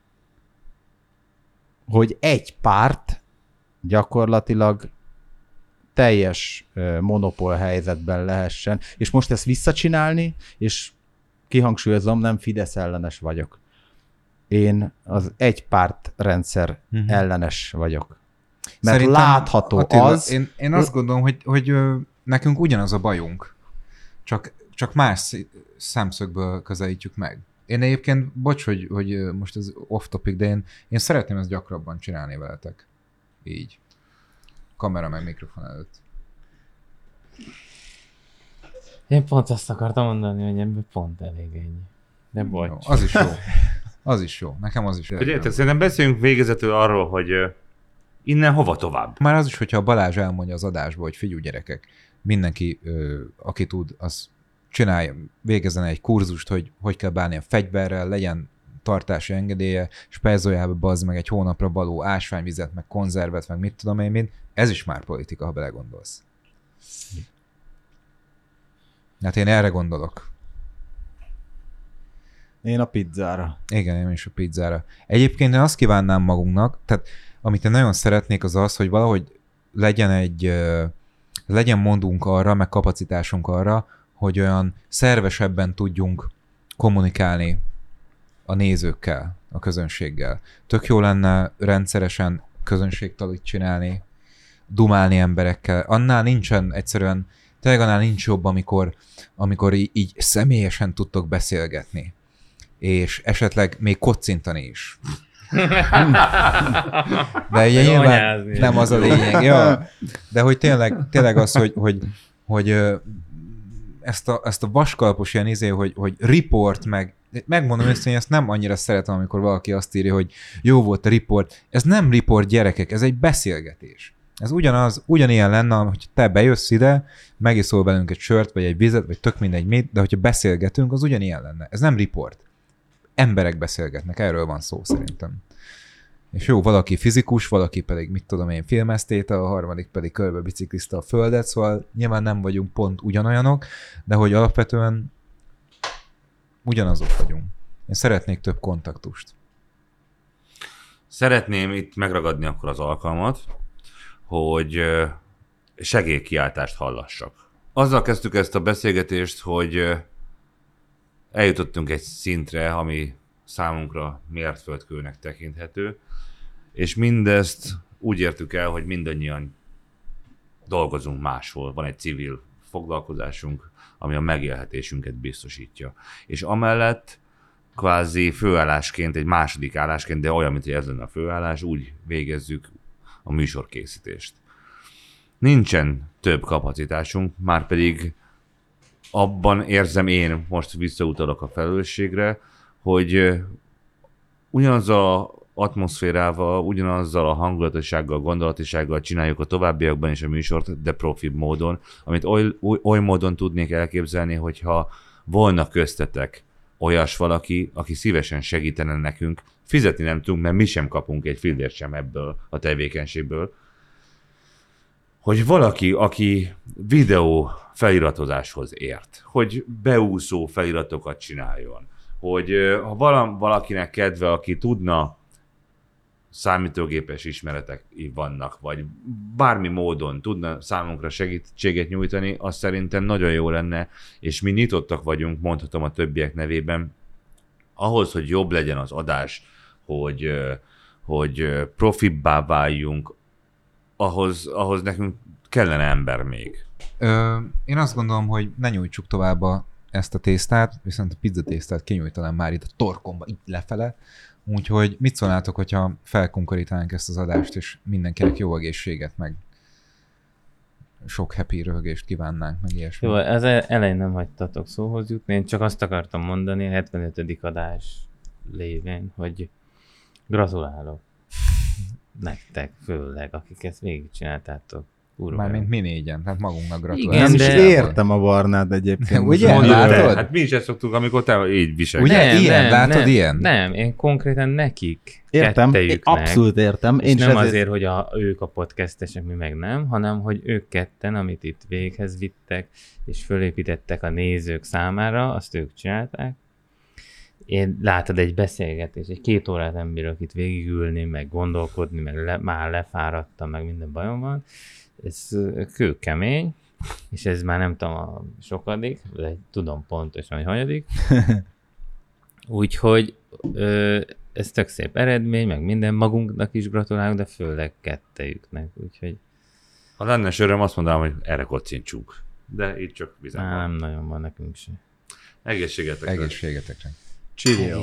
hogy egy párt gyakorlatilag teljes ö, monopól helyzetben lehessen. És most ezt visszacsinálni, és kihangsúlyozom, nem Fidesz ellenes vagyok. Én az egy párt rendszer Mhm. ellenes vagyok. Mert Szerintem, látható Attila, az... Én, én azt gondolom, hogy, hogy ö, nekünk ugyanaz a bajunk, csak, csak más sz- szemszögből közelítjük meg. Én egyébként, bocs, hogy, hogy ö, most ez off-topic, de én, én szeretném ezt gyakrabban csinálni veletek. Így. Kamera meg mikrofon előtt. Én pont azt akartam mondani, hogy ebből pont elég ennyi. De bocs. Jó, az is jó. Az is jó. Nekem az is. Figyeljetek, szerintem beszéljünk végezetül arról, hogy ö, innen hova tovább. Már az is, hogyha a Balázs elmondja az adásba, hogy figyelj gyerekek, mindenki, ö, aki tud, az csinálja, végezzen egy kurzust, hogy hogy kell bánni a fegyverrel, legyen tartási engedélye, és pejzoljába bazd meg egy hónapra való ásványvizet, meg konzervet, meg mit tudom én mind. Ez is már politika, ha belegondolsz. Hát én erre gondolok. Én a pizzára. Igen, én is a pizzára. Egyébként én azt kívánnám magunknak, tehát amit én nagyon szeretnék, az az, hogy valahogy legyen egy, ö, legyen mondunk arra, meg kapacitásunk arra, hogy olyan szervesebben tudjunk kommunikálni a nézőkkel, a közönséggel. Tök jó lenne rendszeresen közönségtalit csinálni, dumálni emberekkel. Annál nincsen egyszerűen, tényleg annál nincs jobb, amikor, amikor így, így személyesen tudtok beszélgetni. És esetleg még kocintani is. De ugye nyilván Anyázni. nem az a lényeg. Ja, de hogy tényleg, tényleg az, hogy, hogy, hogy ö, ezt a, ezt a vaskalpos ilyen izé, hogy, hogy report, meg megmondom őszintén, hogy ezt nem annyira szeretem, amikor valaki azt írja, hogy jó volt a report. Ez nem report, gyerekek, ez egy beszélgetés. Ez ugyanaz, ugyanilyen lenne, hogy te bejössz ide, megiszol velünk egy sört, vagy egy vizet, vagy tök mindegy mit, de hogyha beszélgetünk, az ugyanilyen lenne. Ez nem report. Emberek beszélgetnek, erről van szó szerintem. És jó, valaki fizikus, valaki pedig, mit tudom én, filmesztéta, a harmadik pedig körbe biciklizte a földet, szóval nyilván nem vagyunk pont ugyanolyanok, de hogy alapvetően ugyanazok vagyunk. Én szeretnék több kontaktust. Szeretném itt megragadni akkor az alkalmat, hogy segélykiáltást hallassak. Azzal kezdtük ezt a beszélgetést, hogy eljutottunk egy szintre, ami számunkra mérföldkőnek tekinthető, és mindezt úgy értük el, hogy mindannyian dolgozunk máshol. Van egy civil foglalkozásunk, ami a megélhetésünket biztosítja. És amellett kvázi főállásként, egy második állásként, de olyan, mint hogy ez lenne a főállás, úgy végezzük a műsorkészítést. Nincsen több kapacitásunk, már pedig abban érzem én, most visszautalok a felelősségre, hogy ugyanazzal a atmoszférával, ugyanazzal a hangulatossággal, gondolatisággal csináljuk a továbbiakban is a műsort, de profibb módon, amit oly, oly, oly módon tudnék elképzelni, hogyha volna köztetek olyas valaki, aki szívesen segítene nekünk, fizetni nem tudunk, mert mi sem kapunk egy fillért sem ebből a tevékenységből, hogy valaki, aki videó feliratozáshoz ért, hogy beúszó feliratokat csináljon, hogy ha valakinek kedve, aki tudna, számítógépes ismeretek vannak, vagy bármi módon tudna számunkra segítséget nyújtani, az szerintem nagyon jó lenne, és mi nyitottak vagyunk, mondhatom a többiek nevében, ahhoz, hogy jobb legyen az adás, hogy, hogy profibbá váljunk, ahhoz, ahhoz nekünk kellene ember még. Ö, én azt gondolom, hogy ne nyújtsuk tovább a, ezt a tésztát, viszont a pizza tésztát kinyújtanám már itt a torkomba, itt lefele. Úgyhogy mit szólnátok, hogyha felkonkorítanánk ezt az adást, és mindenkinek jó egészséget, meg sok happy röhögést kívánnánk, meg ilyesmi. Jó, ez elején nem hagytatok szóhoz jutni, én csak azt akartam mondani a hetvenötödik adás lévén, hogy gratulálok nektek főleg, akik ezt végigcsináltátok. Mármint mi négyen, tehát magunknak gratulálunk. Igen, nem de... is értem a Barnát egyébként. Ugye? Mondod, Látod? Hát mi is ezt szoktuk, amikor te így viselkedsz. Ugye? Nem, Ilyen? nem, Látod, nem, ilyen? Nem, én konkrétan nekik, Értem, kettejüknek. abszolút értem. És Én nem ezért... azért, hogy a, ők a podcastesek, mi meg nem, hanem hogy ők ketten, amit itt véghez vittek, és fölépítettek a nézők számára, azt ők csinálták. Én látod egy beszélgetés, egy két órát nem bírok itt végigülni, meg gondolkodni, meg le, már lefáradtam, meg minden bajom van. Ez kőkemény, és ez már nem tudom a sokadik, de tudom pontosan, hogy hanyadik. Úgyhogy ö, ez tök szép eredmény, meg minden, magunknak is gratulálunk, de főleg kettejüknek, úgyhogy... Ha lenne söröm, azt mondanám, hogy erre kocincsunk. De így csak vizet Á, van. nem nagyon van nekünk se. Egészségetekre. Egészségetekre. Csilió.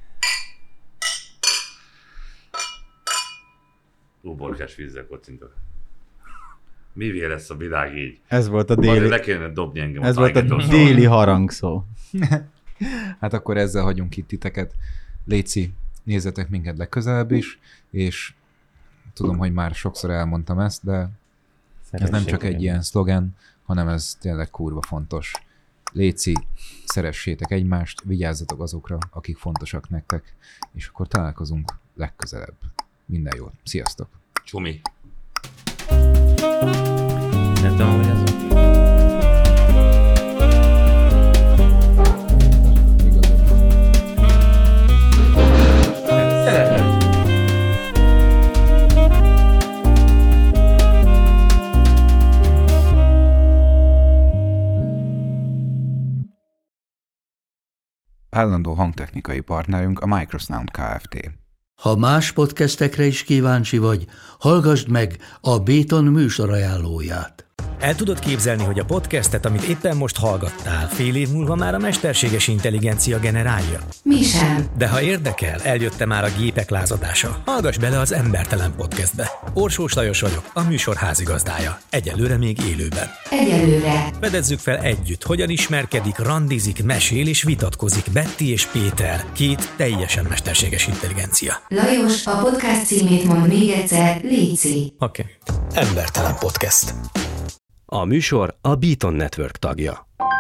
Uborkás vízzel kocintok. Mivé lesz a világ így? Ez volt a Déli... déli, le kellene dobni engem ez a volt a tájégatószól. déli harangszó. Hát akkor ezzel hagyunk itt titeket. Léci, nézzetek minket legközelebb is, és tudom, hogy már sokszor elmondtam ezt, de ez nem csak egy ilyen szlogen, hanem ez tényleg kurva fontos. Léci, szeressétek egymást, vigyázzatok azokra, akik fontosak nektek, és akkor találkozunk legközelebb. Minden jót. Sziasztok! Csumi. Nem tudom, hogy ez Állandó hangtechnikai partnerünk a Microsound Kft. Ha más podcastekre is kíváncsi vagy, hallgassd meg a Béton műsor ajánlóját. El tudod képzelni, hogy a podcastet, amit éppen most hallgattál, fél év múlva már a mesterséges intelligencia generálja? Mi sem. De ha érdekel, eljötte már a gépek lázadása. Hallgass bele az Embertelen Podcastbe. Orsós Lajos vagyok, a műsor házigazdája. Egyelőre még élőben. Egyelőre. Fedezzük fel együtt, hogyan ismerkedik, randizik, mesél és vitatkozik Betty és Péter, két teljesen mesterséges intelligencia. Lajos, a podcast címét mond még egyszer, léci. Oké. Okay. Embertelen Podcast. A műsor a Beaton Network tagja.